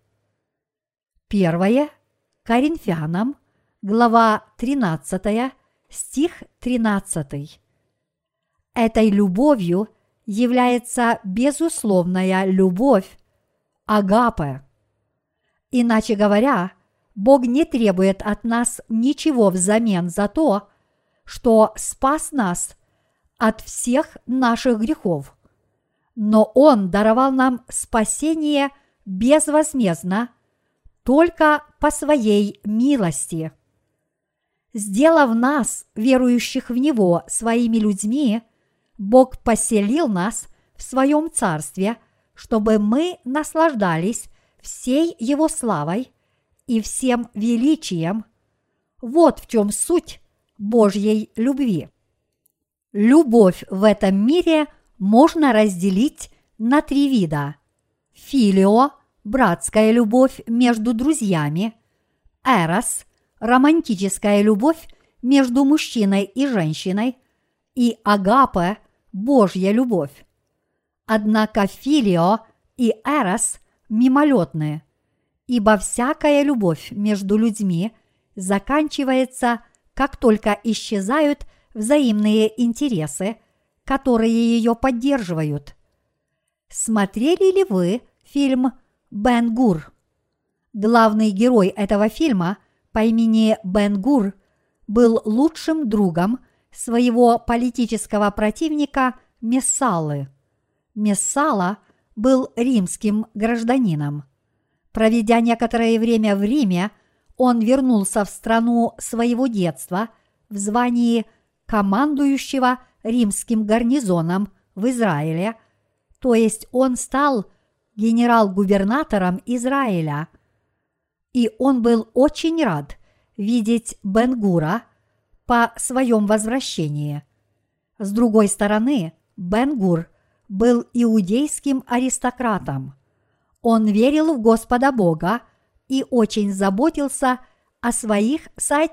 1 Коринфянам, глава 13, стих 13. Этой любовью является безусловная любовь, агапе. Иначе говоря, Бог не требует от нас ничего взамен за то, что спас нас от всех наших грехов, но Он даровал нам спасение безвозмездно, только по Своей милости. Сделав нас, верующих в Него, своими людьми, Бог поселил нас в Своем Царстве, чтобы мы наслаждались всей Его славой и всем величием. Вот в чем суть Божьей любви. Любовь в этом мире можно разделить на 3 вида: филио – братская любовь между друзьями, эрос – романтическая любовь между мужчиной и женщиной, и агапе – Божья любовь. Однако филио и эрос мимолетны, ибо всякая любовь между людьми заканчивается, как только исчезают взаимные интересы, которые ее поддерживают. Смотрели ли вы фильм «Бен-Гур»? Главный герой этого фильма по имени Бен-Гур был лучшим другом своего политического противника Мессалы. Мессала был римским гражданином. Проведя некоторое время в Риме, он вернулся в страну своего детства в звании командующего римским гарнизоном в Израиле, то есть он стал генерал-губернатором Израиля. И он был очень рад видеть Бен-Гура по своем возвращении. С другой стороны, Бен-Гур был иудейским аристократом. Он верил в Господа Бога и очень заботился о своих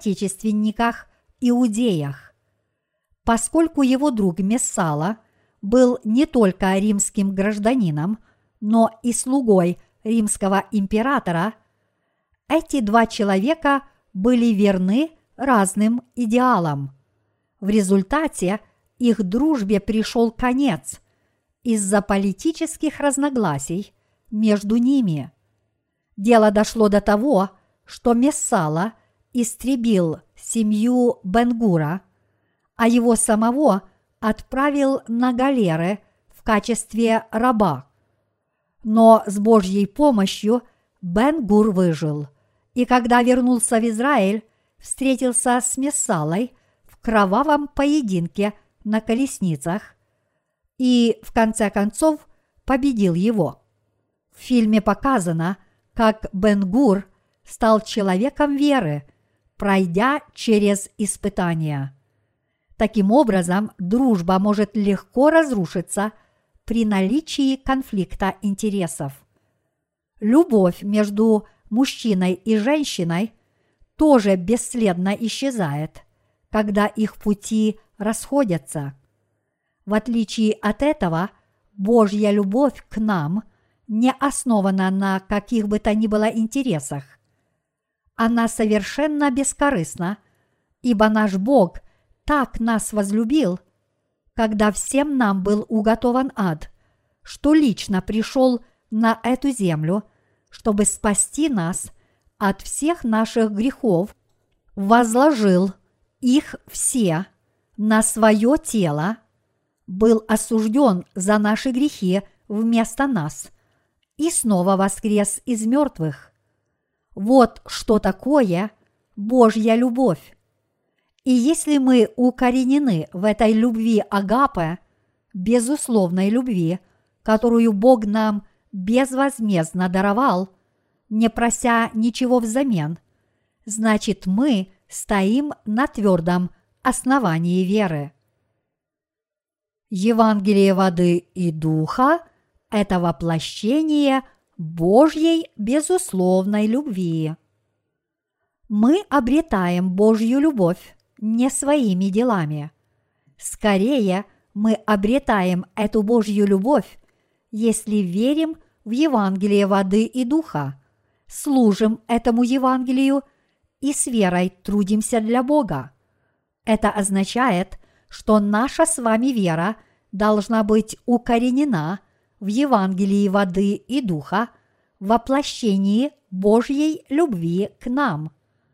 соотечественниках-иудеях. Поскольку его друг Мессала был не только римским гражданином, но и слугой римского императора, эти 2 человека были верны разным идеалам. В результате их дружбе пришел конец из-за политических разногласий между ними. Дело дошло до того, что Мессала истребил семью Бен-Гура, а его самого отправил на галеры в качестве раба. Но с Божьей помощью Бен-Гур выжил, и когда вернулся в Израиль, встретился с Мессалой в кровавом поединке на колесницах и, в конце концов, победил его. В фильме показано, как Бен-Гур стал человеком веры, пройдя через испытания. Таким образом, дружба может легко разрушиться при наличии конфликта интересов. Любовь между мужчиной и женщиной тоже бесследно исчезает, когда их пути расходятся. В отличие от этого, Божья любовь к нам не основана на каких бы то ни было интересах. Она совершенно бескорыстна, ибо наш Бог так нас возлюбил, когда всем нам был уготован ад, что лично пришел на эту землю, чтобы спасти нас от всех наших грехов, возложил их все на свое тело, был осужден за наши грехи вместо нас и снова воскрес из мертвых. Вот что такое Божья любовь. И если мы укоренены в этой любви агапе, безусловной любви, которую Бог нам безвозмездно даровал, не прося ничего взамен, значит, мы стоим на твердом основании веры. Евангелие воды и духа – это воплощение Божьей безусловной любви. Мы обретаем Божью любовь не своими делами. Скорее, мы обретаем эту Божью любовь, если верим в Евангелие воды и духа, служим этому Евангелию и с верой трудимся для Бога. Это означает, что наша с вами вера должна быть укоренена в Евангелии воды и духа, в воплощении Божьей любви к нам.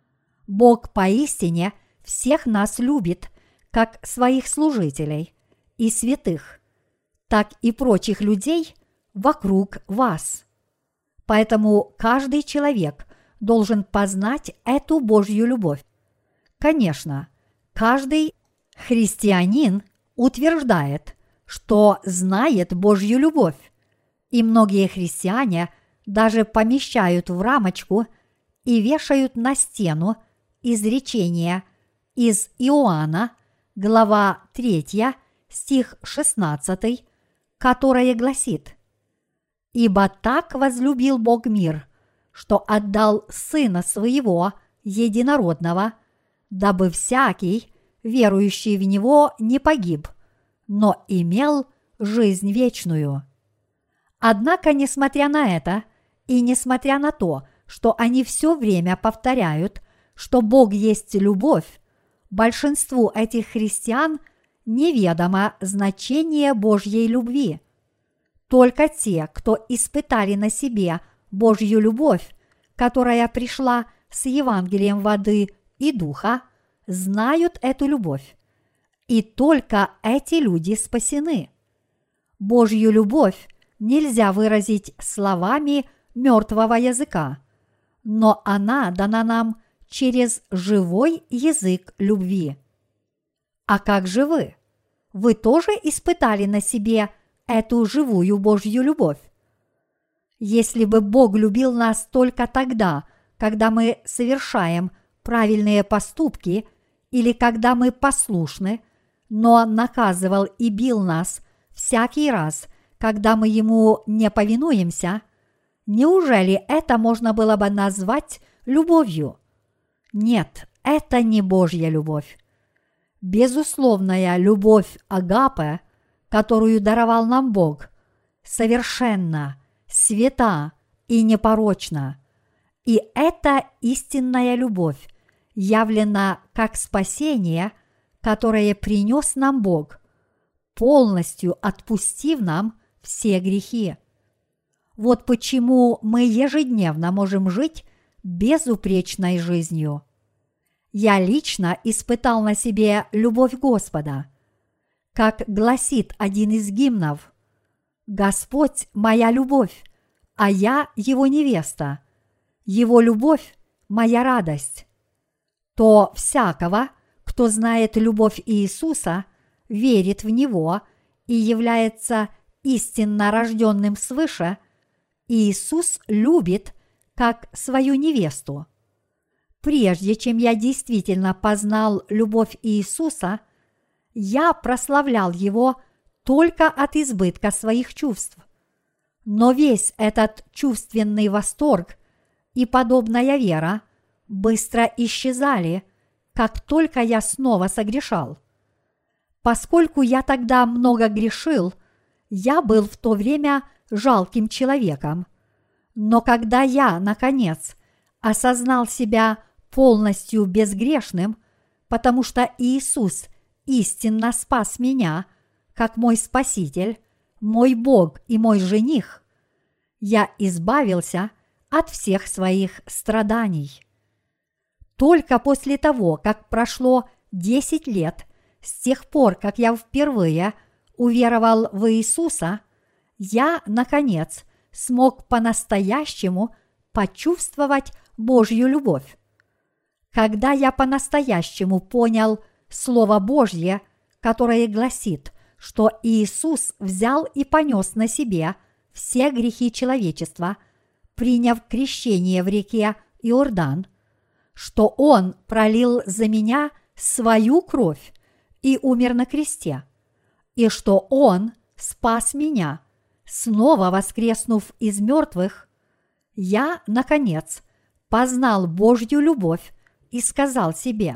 Бог поистине всех нас любит, как своих служителей и святых, так и прочих людей вокруг вас. Поэтому каждый человек должен познать эту Божью любовь. Конечно, каждый христианин утверждает, что знает Божью любовь, и многие христиане даже помещают в рамочку и вешают на стену изречение из Иоанна, глава 3, стих 16, которое гласит: «Ибо так возлюбил Бог мир, что отдал Сына Своего Единородного, дабы всякий, верующий в Него, не погиб, но имел жизнь вечную». Однако, несмотря на это, и несмотря на то, что они все время повторяют, что Бог есть любовь, большинству этих христиан неведомо значение Божьей любви. Только те, кто испытали на себе Божью любовь, которая пришла с Евангелием воды и духа, знают эту любовь. И только эти люди спасены. Божью любовь нельзя выразить словами мертвого языка, но она дана нам через живой язык любви. А как же вы? Вы тоже испытали на себе эту живую Божью любовь? Если бы Бог любил нас только тогда, когда мы совершаем правильные поступки или когда мы послушны, но наказывал и бил нас всякий раз, когда мы Ему не повинуемся, неужели это можно было бы назвать любовью? Нет, это не Божья любовь. Безусловная любовь агапе, которую даровал нам Бог, совершенна, свята и непорочна. И эта истинная любовь явлена как спасение, которое принес нам Бог, полностью отпустив нам все грехи. Вот почему мы ежедневно можем жить безупречной жизнью. Я лично испытал на себе любовь Господа. как гласит один из гимнов: «Господь – моя любовь, а я – его невеста, его любовь – моя радость», то всякого, кто знает любовь Иисуса, верит в Него и является истинно рожденным свыше, Иисус любит как свою невесту. Прежде чем я действительно познал любовь Иисуса, я прославлял Его только от избытка своих чувств. Но весь этот чувственный восторг и подобная вера быстро исчезали, как только я снова согрешал. Поскольку я тогда много грешил, я был в то время жалким человеком. Но когда я, наконец, осознал себя полностью безгрешным, потому что Иисус истинно спас меня, как мой Спаситель, мой Бог и мой жених, я избавился от всех своих страданий. Только после того, как прошло 10 лет с тех пор, как я впервые уверовал в Иисуса, я, наконец, смог по-настоящему почувствовать Божью любовь. Когда я по-настоящему понял Слово Божье, которое гласит, что Иисус взял и понес на себе все грехи человечества, приняв крещение в реке Иордан, что Он пролил за меня свою кровь и умер на кресте, и что Он спас меня, снова воскреснув из мертвых, я, наконец, познал Божью любовь и сказал себе: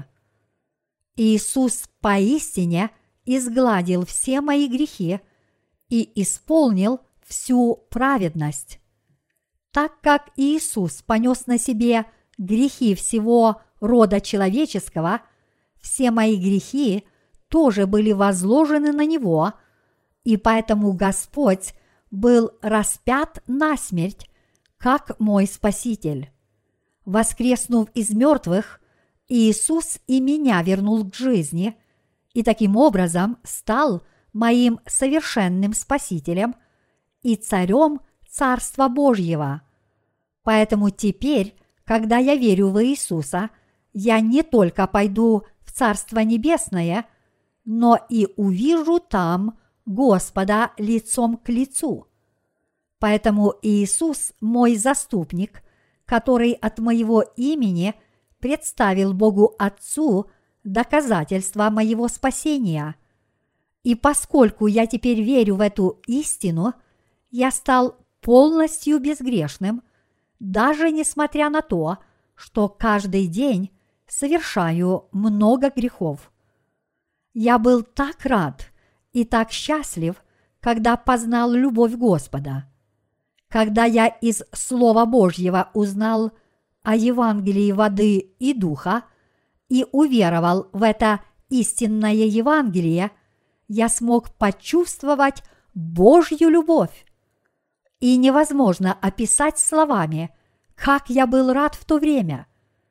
Иисус поистине изгладил все мои грехи и исполнил всю праведность. Так как Иисус понес на себе грехи всего рода человеческого, все мои грехи тоже были возложены на Него, и поэтому Господь был распят насмерть, как мой Спаситель. Воскреснув из мертвых, Иисус и меня вернул к жизни, и таким образом стал моим совершенным Спасителем и Царем Царства Божьего. Поэтому теперь, когда я верю в Иисуса, я не только пойду в Царство Небесное, но и увижу там Господа лицом к лицу. Поэтому Иисус мой заступник, который от моего имени представил Богу Отцу доказательства моего спасения. И поскольку я теперь верю в эту истину, я стал полностью безгрешным, даже несмотря на то, что каждый день совершаю много грехов. Я был так рад и так счастлив, когда познал любовь Господа. Когда я из Слова Божьего узнал о Евангелии воды и духа и уверовал в это истинное Евангелие, я смог почувствовать Божью любовь. И невозможно описать словами, как я был рад в то время.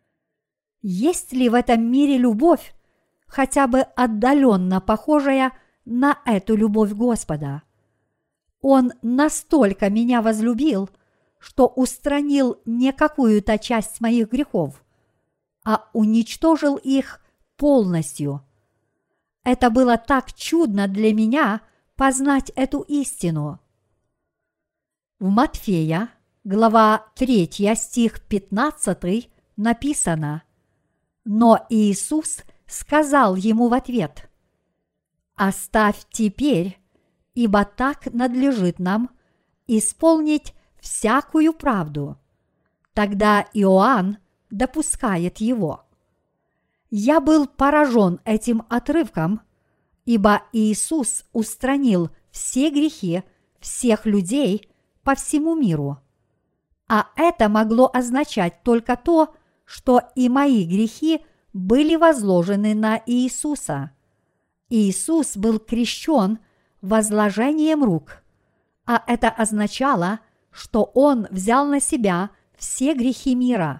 Есть ли в этом мире любовь, хотя бы отдаленно похожая на эту любовь Господа? Он настолько меня возлюбил, что устранил не какую-то часть моих грехов, а уничтожил их полностью. Это было так чудно для меня познать эту истину. В Матфея, глава 3, стих 15 написано: «Но Иисус сказал ему в ответ: „Оставь теперь, ибо так надлежит нам исполнить всякую правду“». Тогда Иоанн допускает его. Я был поражен этим отрывком, ибо Иисус устранил все грехи всех людей по всему миру. А это могло означать только то, что и мои грехи были возложены на Иисуса. Иисус был крещен возложением рук, а это означало, что Он взял на себя все грехи мира.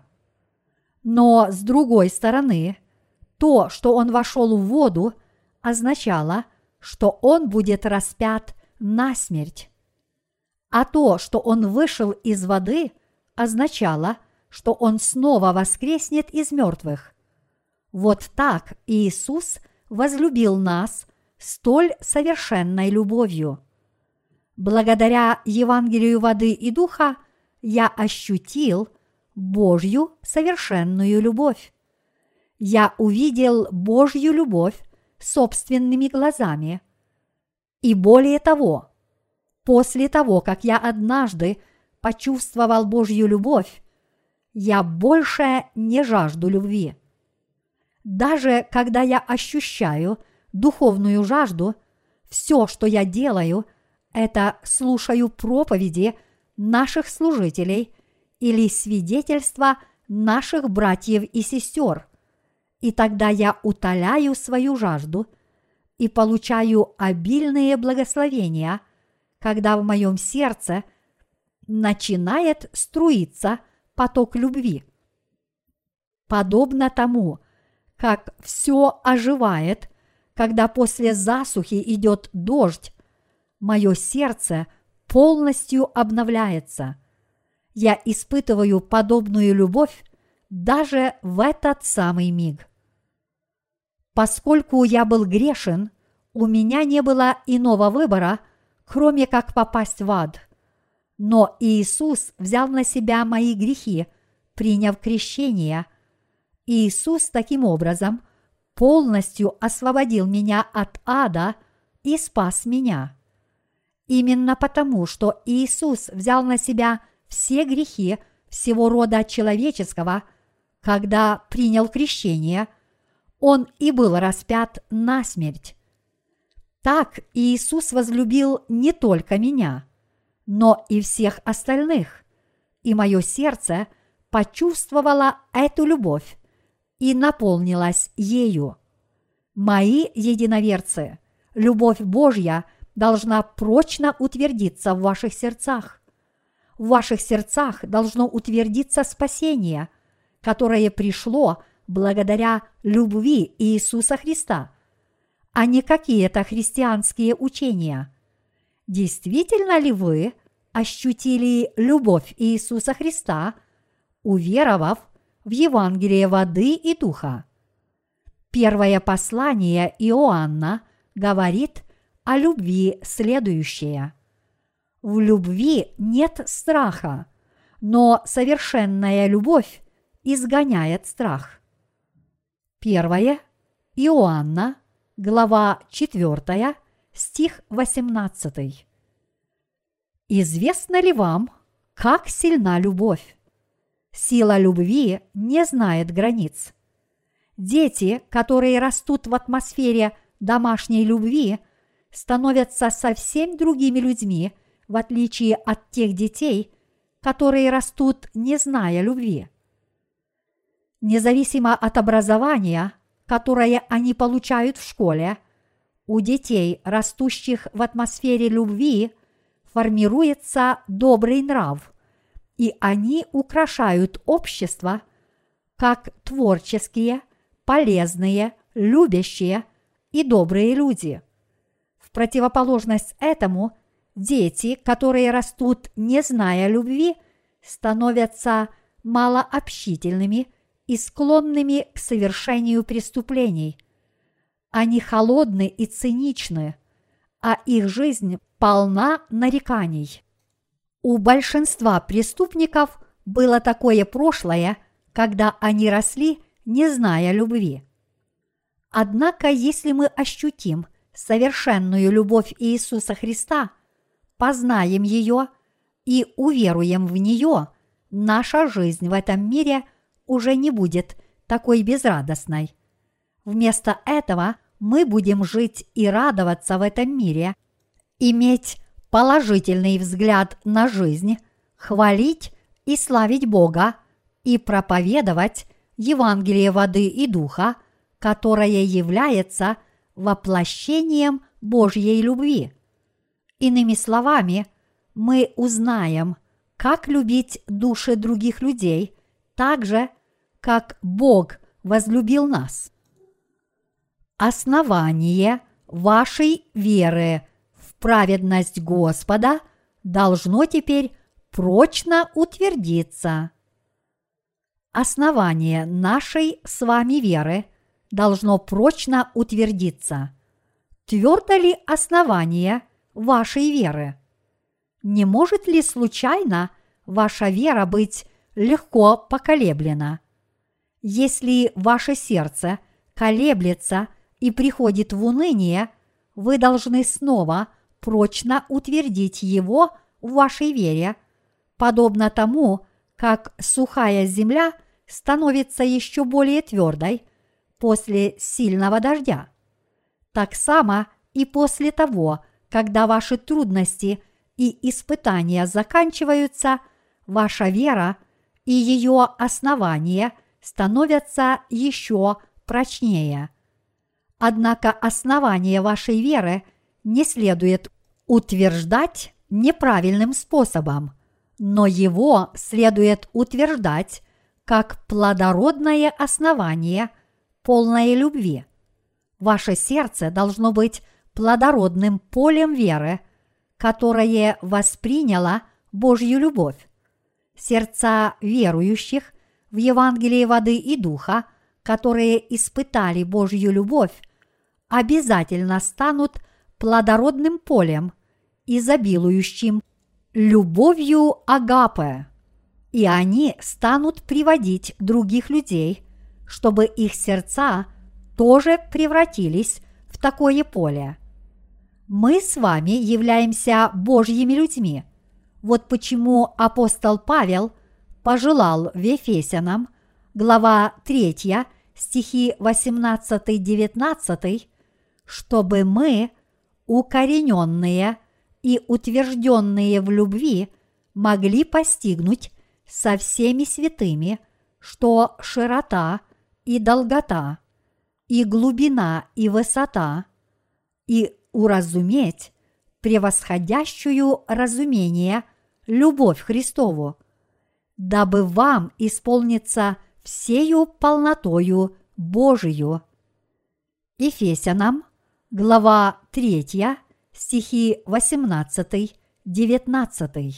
Но с другой стороны, то, что Он вошел в воду, означало, что он будет распят насмерть. А то, что он вышел из воды, означало, что он снова воскреснет из мертвых. Вот так Иисус возлюбил нас столь совершенной любовью. Благодаря Евангелию воды и духа я ощутил Божью совершенную любовь. Я увидел Божью любовь собственными глазами. И более того, после того, как я однажды почувствовал Божью любовь, я больше не жажду любви. Даже когда я ощущаю духовную жажду, все, что я делаю, это слушаю проповеди наших служителей или свидетельства наших братьев и сестер, и тогда я утоляю свою жажду и получаю обильные благословения, когда в моем сердце начинает струиться поток любви. Подобно тому, как все оживает, когда после засухи идет дождь, мое сердце полностью обновляется. Я испытываю подобную любовь даже в этот самый миг. Поскольку я был грешен, у меня не было иного выбора, кроме как попасть в ад. Но Иисус взял на себя мои грехи, приняв крещение. Иисус таким образом полностью освободил меня от ада и спас меня. Именно потому, что Иисус взял на себя все грехи всего рода человеческого, когда принял крещение, Он и был распят насмерть. Так Иисус возлюбил не только меня, но и всех остальных, и мое сердце почувствовало эту любовь и наполнилось ею. Мои единоверцы, любовь Божья должна прочно утвердиться в ваших сердцах. В ваших сердцах должно утвердиться спасение, которое пришло благодаря любви Иисуса Христа, а не какие-то христианские учения. Действительно ли вы ощутили любовь Иисуса Христа, уверовав в Евангелие воды и духа? Первое послание Иоанна говорит о любви следующее. В любви нет страха, но совершенная любовь изгоняет страх. 1 Иоанна, глава 4, стих 18. Известно ли вам, как сильна любовь? Сила любви не знает границ. Дети, которые растут в атмосфере домашней любви, становятся совсем другими людьми, в отличие от тех детей, которые растут, не зная любви. Независимо от образования, которое они получают в школе, у детей, растущих в атмосфере любви, формируется добрый нрав, и они украшают общество как творческие, полезные, любящие и добрые люди. В противоположность этому, дети, которые растут, не зная любви, становятся малообщительными и склонными к совершению преступлений. Они холодны и циничны, а их жизнь полна нареканий. У большинства преступников было такое прошлое, когда они росли, не зная любви. Однако, если мы ощутим совершенную любовь Иисуса Христа, познаем ее и уверуем в нее, наша жизнь в этом мире уже не будет такой безрадостной. Вместо этого мы будем жить и радоваться в этом мире, иметь положительный взгляд на жизнь, хвалить и славить Бога и проповедовать Евангелие воды и духа, которое является воплощением Божьей любви. Иными словами, мы узнаем, как любить души других людей так же, как Бог возлюбил нас. Основание вашей веры в праведность Господа должно теперь прочно утвердиться. Основание нашей с вами веры должно прочно утвердиться. Твердо ли основание вашей веры? Не может ли случайно ваша вера быть легко поколеблена? Если ваше сердце колеблется и приходит в уныние, вы должны снова прочно утвердить его в вашей вере, подобно тому, как сухая земля становится еще более твердой после сильного дождя. Так само и после того, когда ваши трудности и испытания заканчиваются, ваша вера и ее основание становятся еще прочнее. Однако основание вашей веры не следует утверждать неправильным способом, но его следует утверждать как плодородное основание, полное любви. Ваше сердце должно быть плодородным полем веры, которое восприняло Божью любовь. Сердца верующих в Евангелии воды и духа, которые испытали Божью любовь, обязательно станут плодородным полем, изобилующим любовью агапе, и они станут приводить других людей, чтобы их сердца тоже превратились в такое поле. Мы с вами являемся Божьими людьми. Вот почему апостол Павел пожелал в Ефесянам, глава 3, стихи 18-19, чтобы мы, укорененные и утвержденные в любви, могли постигнуть со всеми святыми, что широта и долгота, и глубина и высота, и уразуметь превосходящую разумение любовь Христову, дабы вам исполниться всею полнотою Божию. Ефесянам, глава 3, стихи 18-19.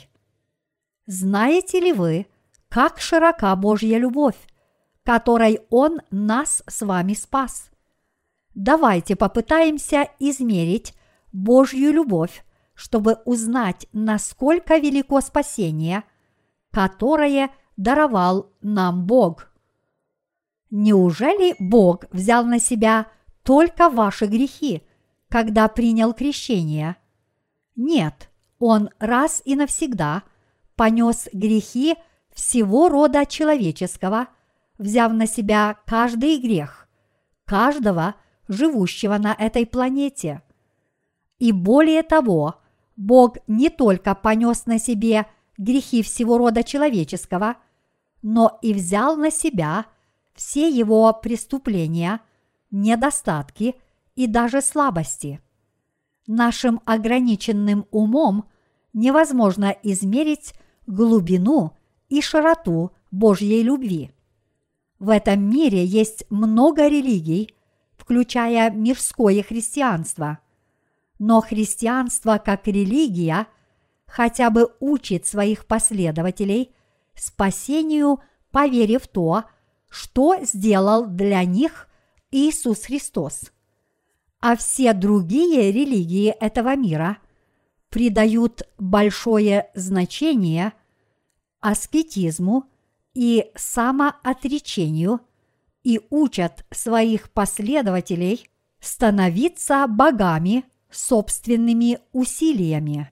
Знаете ли вы, как широка Божья любовь, которой Он нас с вами спас? Давайте попытаемся измерить Божью любовь, чтобы узнать, насколько велико спасение, которое даровал нам Бог. Неужели Бог взял на себя только ваши грехи, когда принял крещение? Нет, Он раз и навсегда понес грехи всего рода человеческого, взяв на себя каждый грех, каждого живущего на этой планете. И более того, Бог не только понес на себе грехи всего рода человеческого, но и взял на себя все его преступления, недостатки и даже слабости. Нашим ограниченным умом невозможно измерить глубину и широту Божьей любви. В этом мире есть много религий, включая мирское христианство. Но христианство как религия хотя бы учит своих последователей спасению по вере в то, что сделал для них Иисус Христос. А все другие религии этого мира придают большое значение аскетизму и самоотречению и учат своих последователей становиться богами собственными усилиями.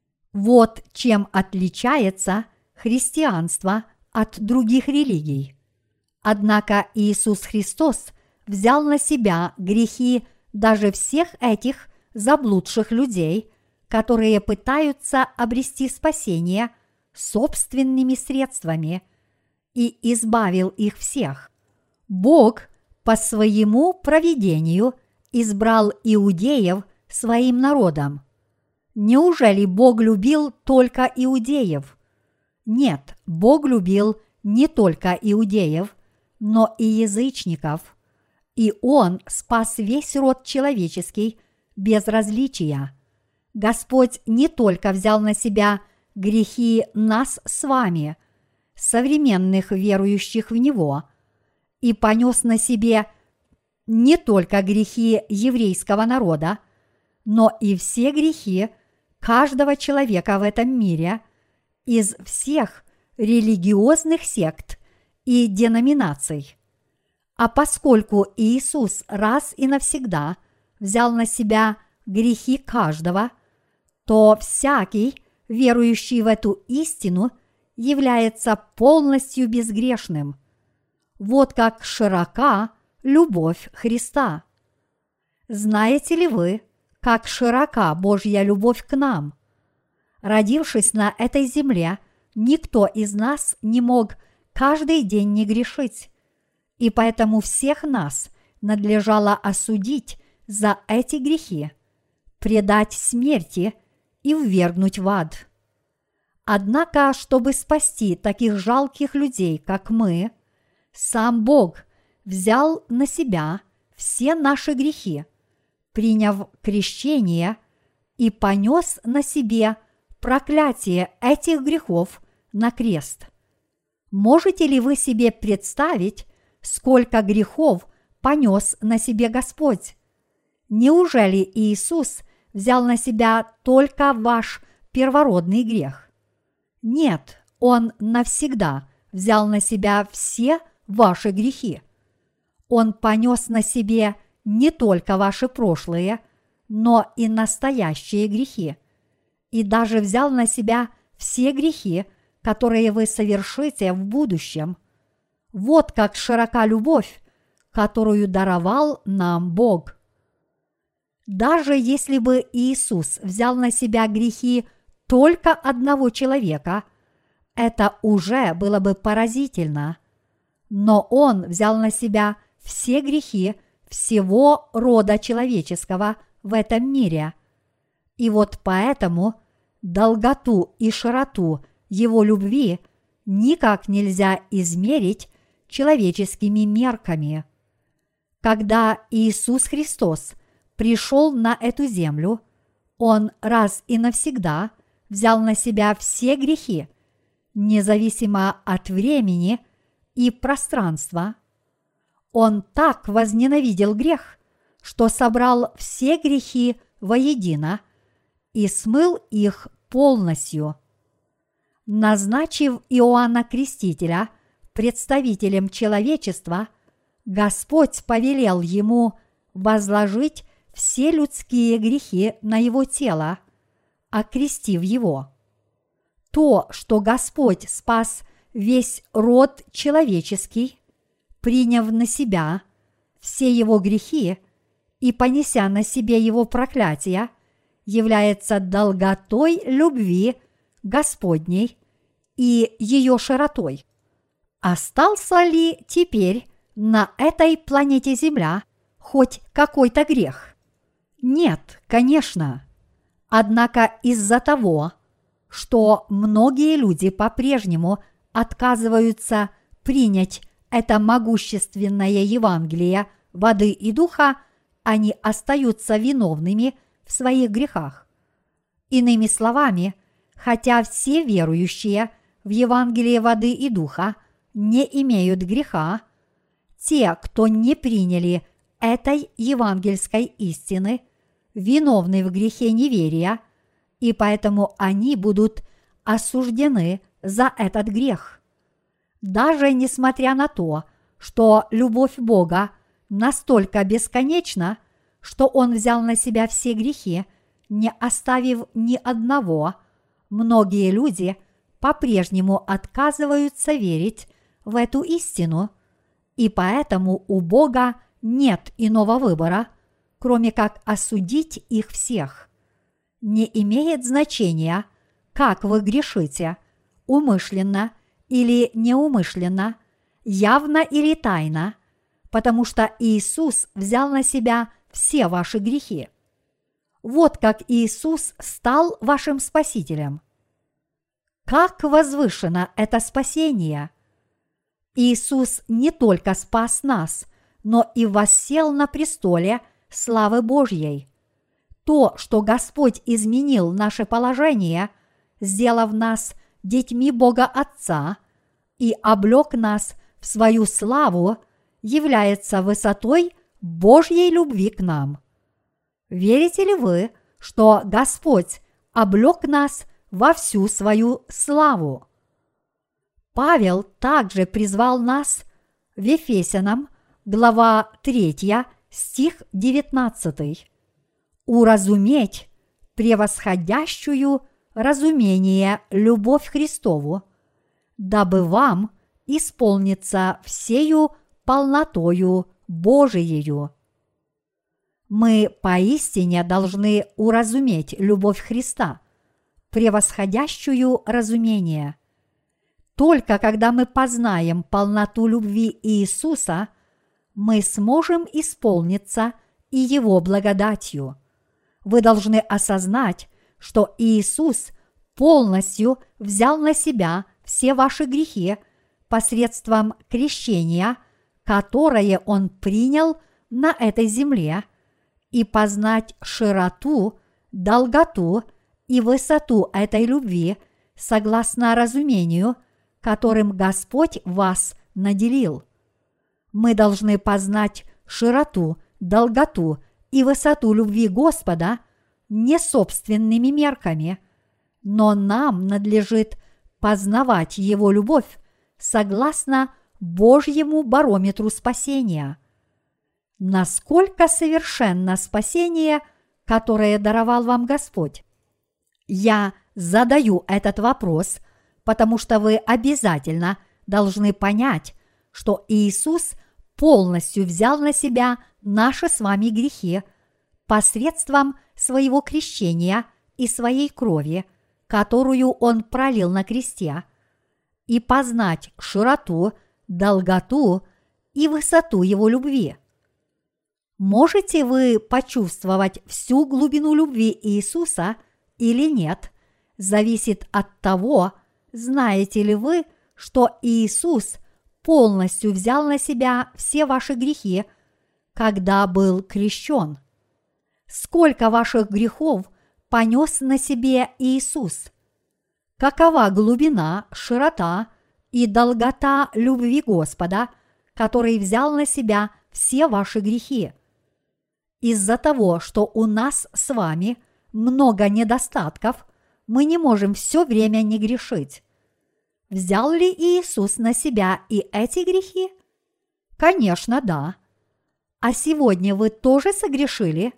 Вот чем отличается христианство от других религий. Однако Иисус Христос взял на себя грехи даже всех этих заблудших людей, которые пытаются обрести спасение собственными средствами, и избавил их всех. Бог по своему провидению избрал иудеев своим народом. Неужели Бог любил только иудеев? Нет, Бог любил не только иудеев, но и язычников, и Он спас весь род человеческий безразличия. Господь не только взял на себя грехи нас с вами, современных верующих в Него, и понес на себе не только грехи еврейского народа, но и все грехи каждого человека в этом мире из всех религиозных сект и деноминаций. А поскольку Иисус раз и навсегда взял на себя грехи каждого, то всякий, верующий в эту истину, является полностью безгрешным. Вот как широка любовь Христа. Знаете ли вы, как широка Божья любовь к нам? Родившись на этой земле, никто из нас не мог каждый день не грешить, и поэтому всех нас надлежало осудить за эти грехи, предать смерти и ввергнуть в ад. Однако, чтобы спасти таких жалких людей, как мы, сам Бог взял на себя все наши грехи, приняв крещение и понес на себе проклятие этих грехов на крест. Можете ли вы себе представить, сколько грехов понес на себе Господь? Неужели Иисус взял на себя только ваш первородный грех? Нет, Он навсегда взял на себя все ваши грехи. Он понес на себе не только ваши прошлые, но и настоящие грехи, и даже взял на себя все грехи, которые вы совершите в будущем. Вот как широка любовь, которую даровал нам Бог. Даже если бы Иисус взял на себя грехи только одного человека, это уже было бы поразительно. Но Он взял на себя все грехи всего рода человеческого в этом мире. И вот поэтому долготу и широту Его любви никак нельзя измерить человеческими мерками. Когда Иисус Христос пришел на эту землю, Он раз и навсегда взял на себя все грехи, независимо от времени и пространства. Он так возненавидел грех, что собрал все грехи воедино и смыл их полностью. Назначив Иоанна Крестителя представителем человечества, Господь повелел ему возложить все людские грехи на его тело, окрестив его. То, что Господь спас весь род человеческий, приняв на себя все его грехи и понеся на себе его проклятия, является долготой любви Господней и ее широтой. Остался ли теперь на этой планете Земля хоть какой-то грех? Нет, конечно. Однако из-за того, что многие люди по-прежнему отказываются принять это могущественное Евангелие воды и духа, они остаются виновными в своих грехах. Иными словами, хотя все верующие в Евангелие воды и духа не имеют греха, те, кто не приняли этой евангельской истины, виновны в грехе неверия, и поэтому они будут осуждены за этот грех. Даже несмотря на то, что любовь Бога настолько бесконечна, что Он взял на себя все грехи, не оставив ни одного, многие люди по-прежнему отказываются верить в эту истину, и поэтому у Бога нет иного выбора, кроме как осудить их всех. Не имеет значения, как вы грешите, умышленно или неумышленно, явно или тайно, потому что Иисус взял на себя все ваши грехи. Вот как Иисус стал вашим Спасителем. Как возвышено это спасение! Иисус не только спас нас, но и воссел на престоле славы Божьей. То, что Господь изменил наше положение, сделав нас детьми Бога Отца и облек нас в свою славу, является высотой Божьей любви к нам. Верите ли вы, что Господь облек нас во всю свою славу? Павел также призвал нас в Ефесянам, глава 3, стих 19. Уразуметь превосходящую разумение любовь Христову, дабы вам исполниться всею полнотою Божиею. Мы поистине должны уразуметь любовь Христа, превосходящую разумение. Только когда мы познаем полноту любви Иисуса, мы сможем исполниться и Его благодатью. Вы должны осознать, что Иисус полностью взял на себя все ваши грехи посредством крещения, которое Он принял на этой земле, и познать широту, долготу и высоту этой любви согласно разумению, которым Господь вас наделил. Мы должны познать широту, долготу и высоту любви Господа не собственными мерками, но нам надлежит познавать Его любовь согласно Божьему барометру спасения. Насколько совершенно спасение, которое даровал вам Господь? Я задаю этот вопрос, потому что вы обязательно должны понять, что Иисус полностью взял на себя наши с вами грехи посредством своего крещения и своей крови, которую Он пролил на кресте, и познать широту, долготу и высоту Его любви. Можете вы почувствовать всю глубину любви Иисуса или нет, зависит от того, знаете ли вы, что Иисус полностью взял на себя все ваши грехи, когда был крещен. Сколько ваших грехов понес на себе Иисус? Какова глубина, широта и долгота любви Господа, который взял на себя все ваши грехи? Из-за того, что у нас с вами много недостатков, мы не можем все время не грешить. Взял ли Иисус на себя и эти грехи? Конечно, да. А сегодня вы тоже согрешили?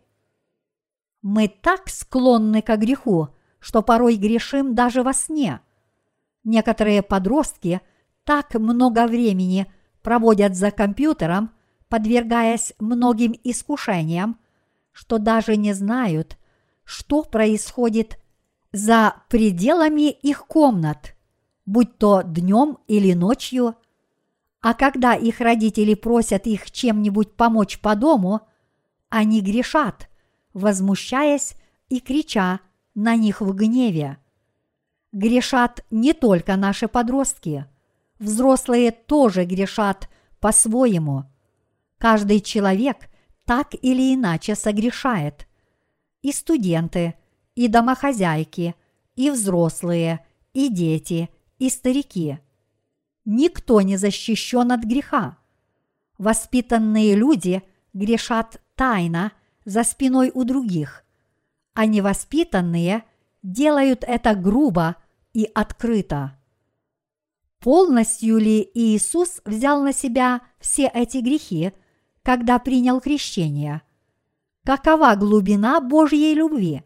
Мы так склонны к греху, что порой грешим даже во сне. Некоторые подростки так много времени проводят за компьютером, подвергаясь многим искушениям, что даже не знают, что происходит за пределами их комнат, будь то днем или ночью. А когда их родители просят их чем-нибудь помочь по дому, они грешат, возмущаясь и крича на них в гневе. Грешат не только наши подростки, взрослые тоже грешат по-своему. Каждый человек так или иначе согрешает. И студенты, и домохозяйки, и взрослые, и дети, и старики. Никто не защищен от греха. Воспитанные люди грешат тайно за спиной у других, а невоспитанные делают это грубо и открыто. Полностью ли Иисус взял на себя все эти грехи, когда принял крещение? Какова глубина Божьей любви?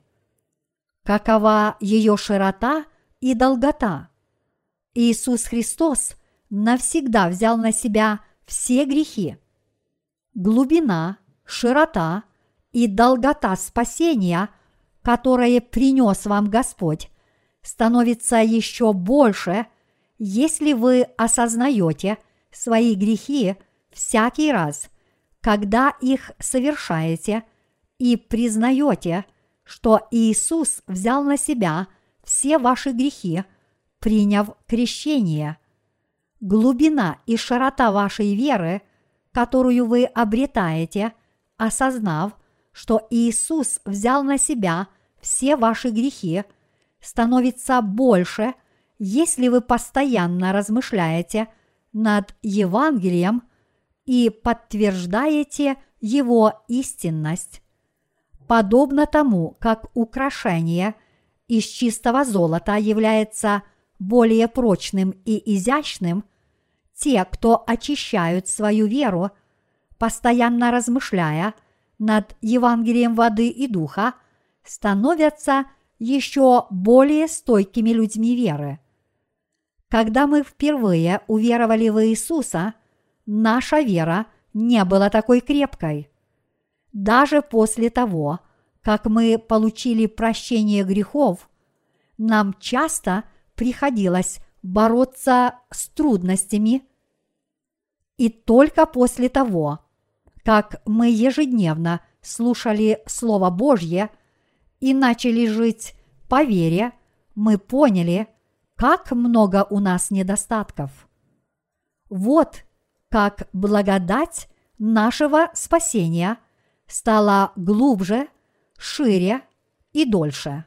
Какова ее широта и долгота? Иисус Христос навсегда взял на себя все грехи. Глубина, широта и долгота спасения, которое принес вам Господь, становится еще больше, если вы осознаете свои грехи всякий раз, когда их совершаете, и признаете, что Иисус взял на себя все ваши грехи, приняв крещение. Глубина и широта вашей веры, которую вы обретаете, осознав, что Иисус взял на себя все ваши грехи, становится больше, если вы постоянно размышляете над Евангелием и подтверждаете его истинность. Подобно тому, как украшение из чистого золота является более прочным и изящным, те, кто очищают свою веру, постоянно размышляя над Евангелием воды и духа, становятся еще более стойкими людьми веры. Когда мы впервые уверовали в Иисуса, наша вера не была такой крепкой. Даже после того, как мы получили прощение грехов, нам часто приходилось бороться с трудностями, и только после того, как мы ежедневно слушали Слово Божье и начали жить по вере, мы поняли, как много у нас недостатков. Вот как благодать нашего спасения стала глубже, шире и дольше.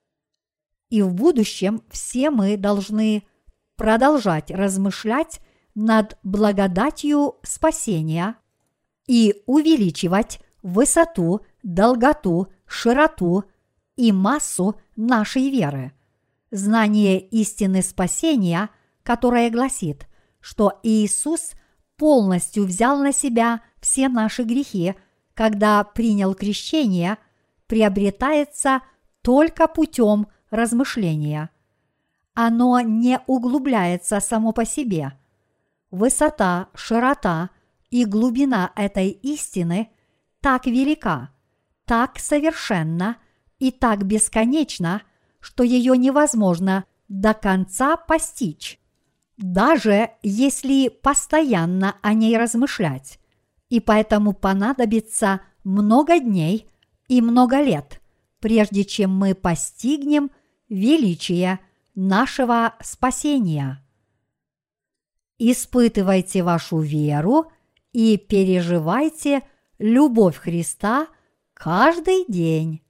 И в будущем все мы должны продолжать размышлять над благодатью спасения и увеличивать высоту, долготу, широту и массу нашей веры. Знание истины спасения, которое гласит, что Иисус полностью взял на себя все наши грехи, когда принял крещение, приобретается только путем размышления. Оно не углубляется само по себе. Высота, широта и глубина этой истины так велика, так совершенна и так бесконечна, что ее невозможно до конца постичь, даже если постоянно о ней размышлять, и поэтому понадобится много дней и много лет, прежде чем мы постигнем величие нашего спасения. Испытывайте вашу веру и переживайте любовь Христа каждый день.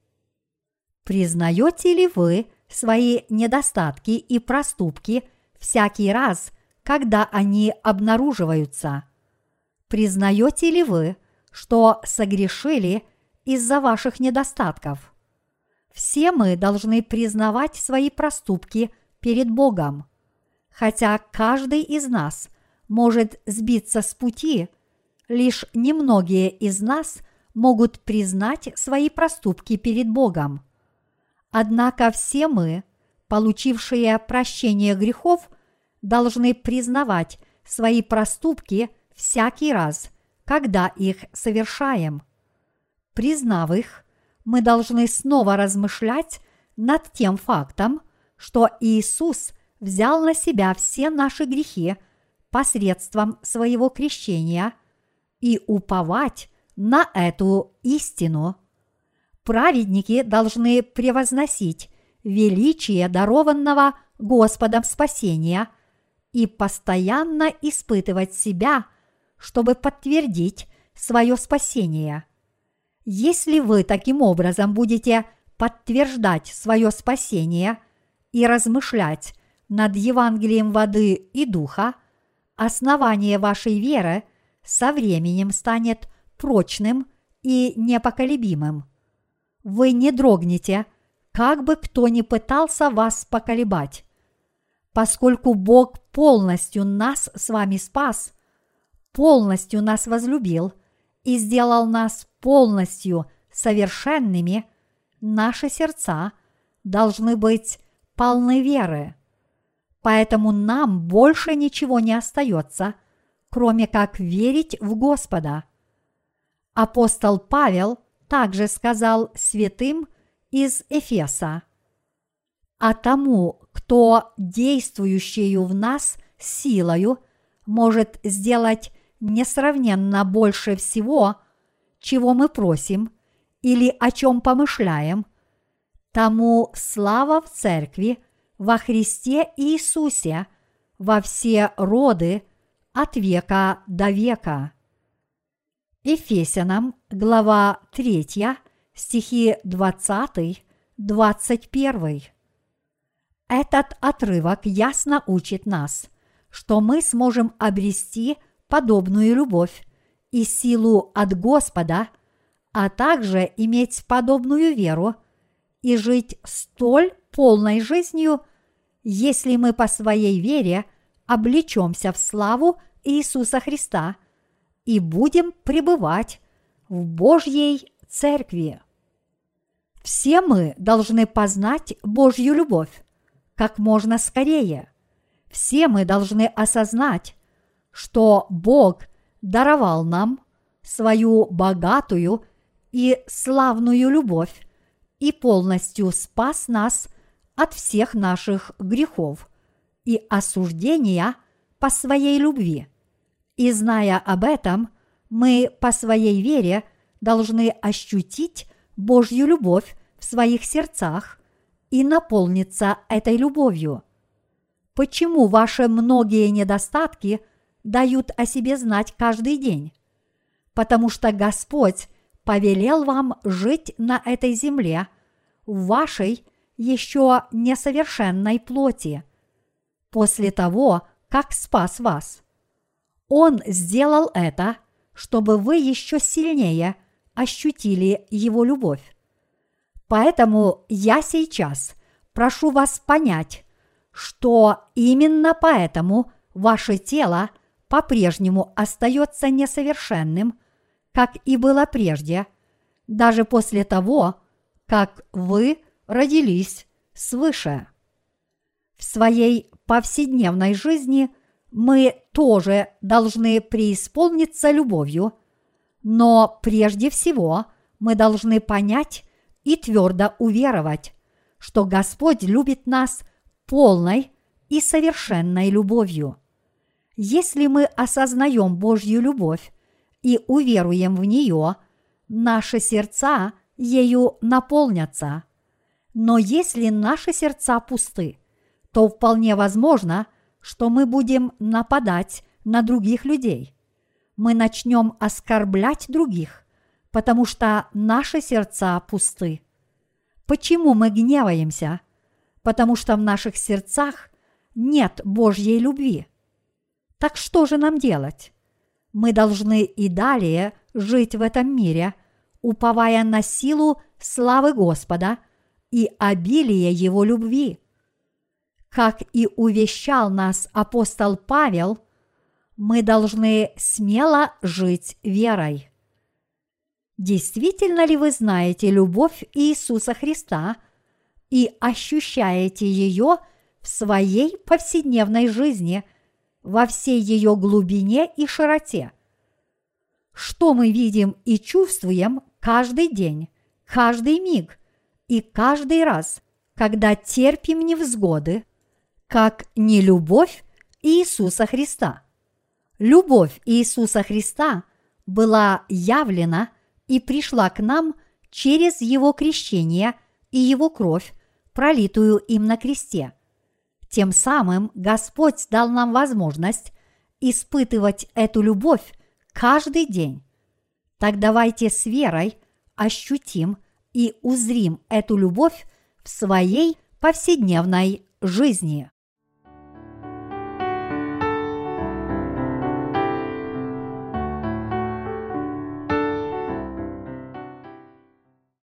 Признаете ли вы свои недостатки и проступки всякий раз, когда они обнаруживаются? Признаете ли вы, что согрешили из-за ваших недостатков? Все мы должны признавать свои проступки перед Богом. Хотя каждый из нас может сбиться с пути, лишь немногие из нас могут признать свои проступки перед Богом. Однако все мы, получившие прощение грехов, должны признавать свои проступки всякий раз, когда их совершаем. Признав их, мы должны снова размышлять над тем фактом, что Иисус взял на себя все наши грехи посредством своего крещения и уповать на эту истину. Праведники должны превозносить величие дарованного Господом спасения и постоянно испытывать себя, чтобы подтвердить свое спасение. Если вы таким образом будете подтверждать свое спасение и размышлять над Евангелием воды и духа, основание вашей веры со временем станет прочным и непоколебимым. Вы не дрогнете, как бы кто ни пытался вас поколебать. Поскольку Бог полностью нас с вами спас, полностью нас возлюбил и сделал нас полностью совершенными, наши сердца должны быть полны веры. Поэтому нам больше ничего не остается, кроме как верить в Господа. Апостол Павел также сказал святым из Эфеса: «А тому, кто действующую в нас силою может сделать несравненно больше всего, чего мы просим или о чем помышляем, тому слава в Церкви во Христе Иисусе во все роды от века до века». Ефесянам, глава 3, стихи 20-21. Этот отрывок ясно учит нас, что мы сможем обрести подобную любовь и силу от Господа, а также иметь подобную веру и жить столь полной жизнью, если мы по своей вере облечемся в славу Иисуса Христа и будем пребывать в Божьей Церкви. Все мы должны познать Божью любовь как можно скорее. Все мы должны осознать, что Бог даровал нам свою богатую и славную любовь и полностью спас нас от всех наших грехов и осуждения по своей любви. И зная об этом, мы по своей вере должны ощутить Божью любовь в своих сердцах и наполниться этой любовью. Почему ваши многие недостатки дают о себе знать каждый день? Потому что Господь повелел вам жить на этой земле в вашей еще несовершенной плоти, после того, как спас вас. Он сделал это, чтобы вы еще сильнее ощутили Его любовь. Поэтому я сейчас прошу вас понять, что именно поэтому ваше тело по-прежнему остается несовершенным, как и было прежде, даже после того, как вы родились свыше. В своей повседневной жизни мы тоже должны преисполниться любовью, но прежде всего мы должны понять и твердо уверовать, что Господь любит нас полной и совершенной любовью. Если мы осознаем Божью любовь и уверуем в нее, наши сердца ею наполнятся. Но если наши сердца пусты, то вполне возможно, что мы будем нападать на других людей. Мы начнем оскорблять других, потому что наши сердца пусты. Почему мы гневаемся? Потому что в наших сердцах нет Божьей любви. Так что же нам делать? Мы должны и далее жить в этом мире, уповая на силу славы Господа и обилие Его любви. Как и увещал нас апостол Павел, мы должны смело жить верой. Действительно ли вы знаете любовь Иисуса Христа и ощущаете ее в своей повседневной жизни во всей ее глубине и широте? Что мы видим и чувствуем каждый день, каждый миг и каждый раз, когда терпим невзгоды, как не любовь Иисуса Христа? Любовь Иисуса Христа была явлена и пришла к нам через Его крещение и Его кровь, пролитую им на кресте. Тем самым Господь дал нам возможность испытывать эту любовь каждый день. Так давайте с верой ощутим и узрим эту любовь в своей повседневной жизни.